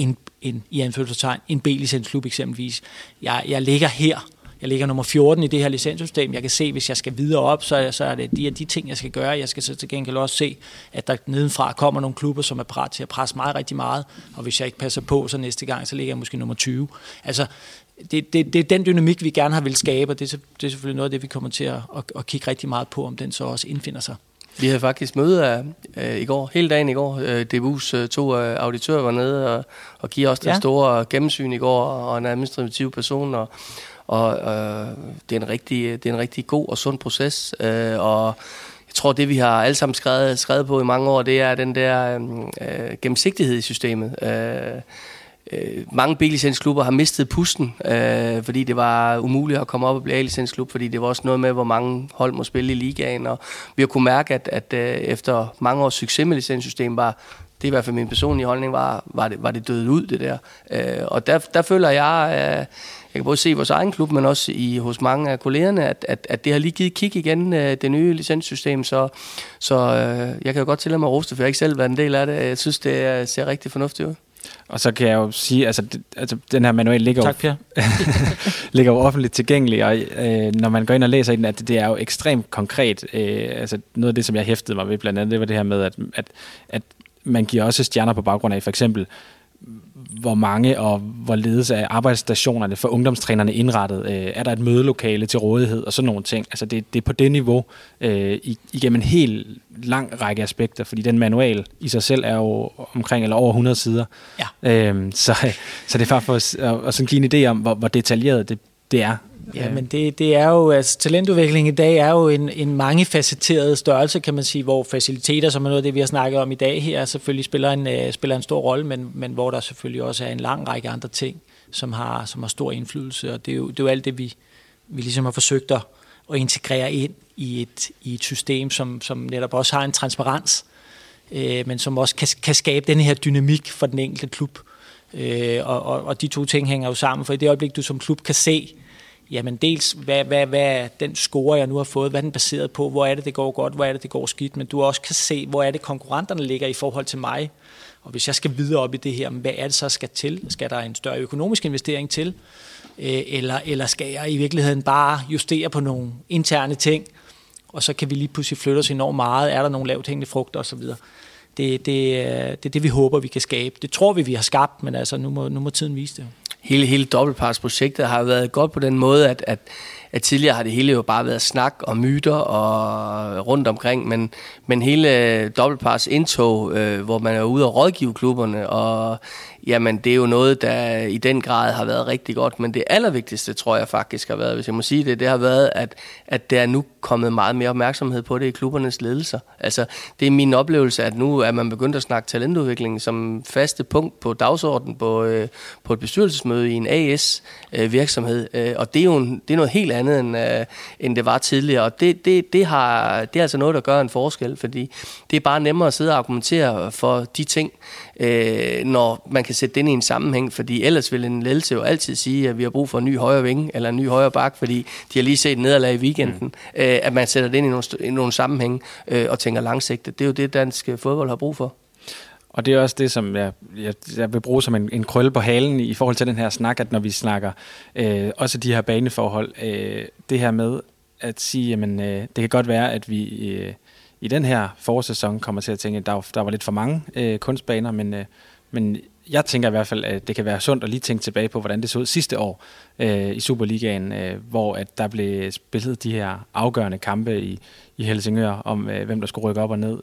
en B-licensklub eksempelvis. Jeg ligger her. Jeg ligger nummer 14 i det her licenssystem. Jeg kan se, hvis jeg skal videre op, så er det de ting, jeg skal gøre. Jeg skal så til gengæld også se, at der nedenfra kommer nogle klubber, som er parat til at presse mig rigtig meget. Og hvis jeg ikke passer på, så næste gang, så ligger jeg måske nummer 20. Altså, det er den dynamik, vi gerne har vil skabe, og det er selvfølgelig noget af det, vi kommer til at kigge rigtig meget på, om den så også indfinder sig. Vi havde faktisk møde i går, hele dagen i går. DBU's 2 auditører var nede og giver os den store gennemsyn i går, og en administrativ person, og det er en rigtig god og sund proces, og jeg tror, det vi har alle sammen skrevet på i mange år, det er den der gennemsigtighed i systemet. mange B-licensklubber har mistet pusten, fordi det var umuligt at komme op og blive A-licensklub, fordi det var også noget med, hvor mange hold må spille i ligaen, og vi har kunne mærke, at efter mange års succes med licenssystemet det er i hvert fald min personlige holdning, var det døde ud, det der. Og der føler jeg kan både se i vores egen klub, men også hos mange af kollegerne, at det har lige givet kig igen, det nye licenssystem, så jeg kan jo godt tillade mig at roste, for jeg har ikke selv været en del af det. Jeg synes, det ser rigtig fornuftigt ud. Og så kan jeg jo sige, altså den her manual ligger ligger jo offentligt tilgængelig, og når man går ind og læser i den, at det er jo ekstremt konkret. Altså noget af det, som jeg hæftede mig ved blandt andet, det var det her med, at man giver også stjerner på baggrund af for eksempel, hvor mange og hvorledes er arbejdsstationerne for ungdomstrænerne indrettet? Er der et mødelokale til rådighed og sådan nogle ting? Altså det er på det niveau igennem en helt lang række aspekter, fordi den manual i sig selv er jo omkring eller over 100 sider. Ja. Så det er bare for at sådan give en idé om, hvor detaljeret det er. Ja, men det er jo, altså talentudvikling i dag er jo en mangefacetteret størrelse, kan man sige, hvor faciliteter, som er noget af det, vi har snakket om i dag her, selvfølgelig spiller en stor rolle, men hvor der selvfølgelig også er en lang række andre ting, som har stor indflydelse, og det er jo alt det, vi ligesom har forsøgt at integrere ind i et system, som netop også har en transparens, men som også kan skabe den her dynamik for den enkelte klub. Og de to ting hænger jo sammen, for i det øjeblik, du som klub kan se, jamen dels, hvad er den score, jeg nu har fået, hvad er den baseret på, hvor er det går godt, hvor er det går skidt, men du også kan se, hvor er det konkurrenterne ligger i forhold til mig, og hvis jeg skal videre op i det her, hvad er det så skal til? Skal der en større økonomisk investering til? Eller skal jeg i virkeligheden bare justere på nogle interne ting, og så kan vi lige pludselig flytte os enormt meget, er der nogle lavt hængende frugter osv. Det er det, vi håber, vi kan skabe. Det tror vi har skabt, men altså, nu må tiden vise det. Hele dobbeltparsprojektet har været godt på den måde, at tidligere har det hele jo bare været snak og myter og rundt omkring, men hele dobbeltpars indtog, hvor man er ude og rådgive klubberne, og jamen det er jo noget, der i den grad har været rigtig godt, men det allervigtigste, tror jeg faktisk har været, hvis jeg må sige det har været, at der er nu kommet meget mere opmærksomhed på det i klubbernes ledelser. Altså det er min oplevelse, at nu er man begyndt at snakke talentudvikling som faste punkt på dagsordenen på et bestyrelsesmøde i en AS-virksomhed, og det er noget helt andet, end det var tidligere, og det er altså noget, der gør en forskel, fordi det er bare nemmere at sidde og argumentere for de ting, når man kan sætte den i en sammenhæng, fordi ellers vil en ledelse jo altid sige, at vi har brug for en ny højre vinge, eller en ny højre bak, fordi de har lige set nederlag i weekenden, at man sætter det ind i nogle sammenhæng og tænker langsigtet. Det er jo det, dansk fodbold har brug for. Og det er også det, som jeg vil bruge som en krølle på halen i forhold til den her snak, at når vi snakker også de her baneforhold, det her med at sige, jamen det kan godt være, at vi i den her forårssæson kommer til at tænke, at der var lidt for mange kunstbaner, men jeg tænker i hvert fald, at det kan være sundt at lige tænke tilbage på, hvordan det så ud sidste år i Superligaen, hvor at der blev spillet de her afgørende kampe i Helsingør om, hvem der skulle rykke op og ned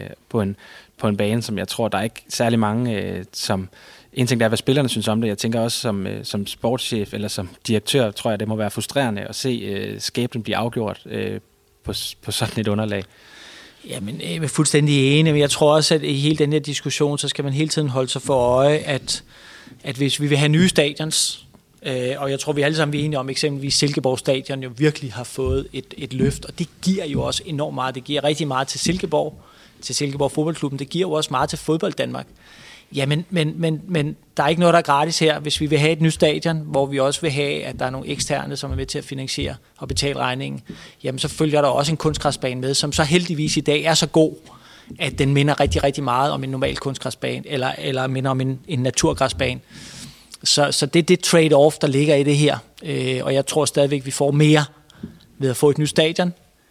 på en bane, som jeg tror, der er ikke særlig mange, som en ting der er, hvad spillerne synes om det. Jeg tænker også som sportschef eller som direktør, tror jeg, det må være frustrerende at se skæbnen blive afgjort på sådan et underlag. Jamen, jeg er fuldstændig enig, men jeg tror også, at i hele den her diskussion, så skal man hele tiden holde sig for øje, at hvis vi vil have nye stadions, og jeg tror, vi alle sammen er enige om, eksempelvis Silkeborg Stadion jo virkelig har fået et løft, og det giver jo også enormt meget. Det giver rigtig meget til Silkeborg Fodboldklubben, det giver jo også meget til Fodbold Danmark. Ja, men der er ikke noget, der er gratis her. Hvis vi vil have et nyt stadion, hvor vi også vil have, at der er nogle eksterne, som er med til at finansiere og betale regningen, jamen så følger der også en kunstgræsbane med, som så heldigvis i dag er så god, at den minder rigtig, rigtig meget om en normal kunstgræsbane, eller minder om en naturgræsbane. Så det er det trade-off, der ligger i det her. Og jeg tror stadigvæk, vi får mere ved at få et nyt stadion.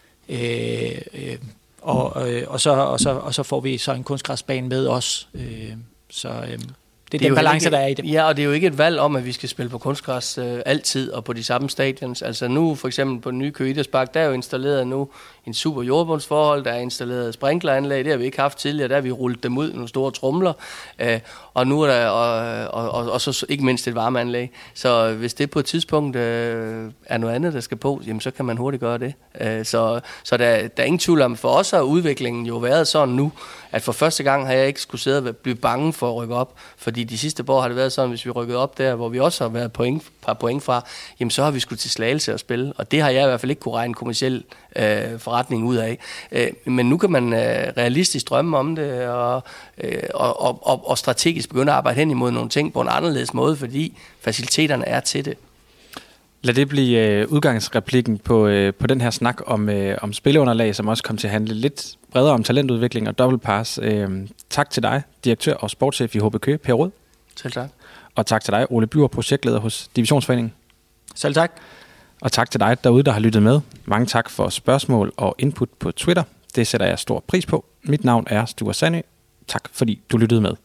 Og så får vi så en kunstgræsbane med os. Det er den balance, der er i det. Ja, og det er jo ikke et valg om, at vi skal spille på kunstgræs altid og på de samme stadions. Altså nu for eksempel på den nye Køge Idrætspark, der er jo installeret nu en super jordbundsforhold, der er installeret sprinkleranlæg, det har vi ikke haft tidligere, der har vi rullet dem ud, nogle store tromler, og nu er der og så ikke mindst et varmeanlæg. Så hvis det på et tidspunkt er noget andet, der skal på, jamen så kan man hurtigt gøre det. Så der er ingen tvivl om, for os har udviklingen jo været sådan nu, at for første gang har jeg ikke skulle sidde og blive bange for at rykke op, fordi Fordi de sidste år har det været sådan, hvis vi rykkede op der, hvor vi også har været par point fra, jamen så har vi skulle til Slagelse og spille. Og det har jeg i hvert fald ikke kunne regne kommerciel forretning ud af. Men nu kan man realistisk drømme om det, og strategisk begynde at arbejde hen imod nogle ting på en anderledes måde, fordi faciliteterne er til det. Lad det blive udgangsreplikken på den her snak om spilleunderlag, som også kom til at handle lidt bredere om talentudvikling og dobbeltpass. Tak til dig, direktør og sportschef i HB Køge, Per Rød. Selv tak. Og tak til dig, Ole Bjur, projektleder hos Divisionsforeningen. Selv tak. Og tak til dig derude, der har lyttet med. Mange tak for spørgsmål og input på Twitter. Det sætter jeg stor pris på. Mit navn er Sture Sandø. Tak fordi du lyttede med.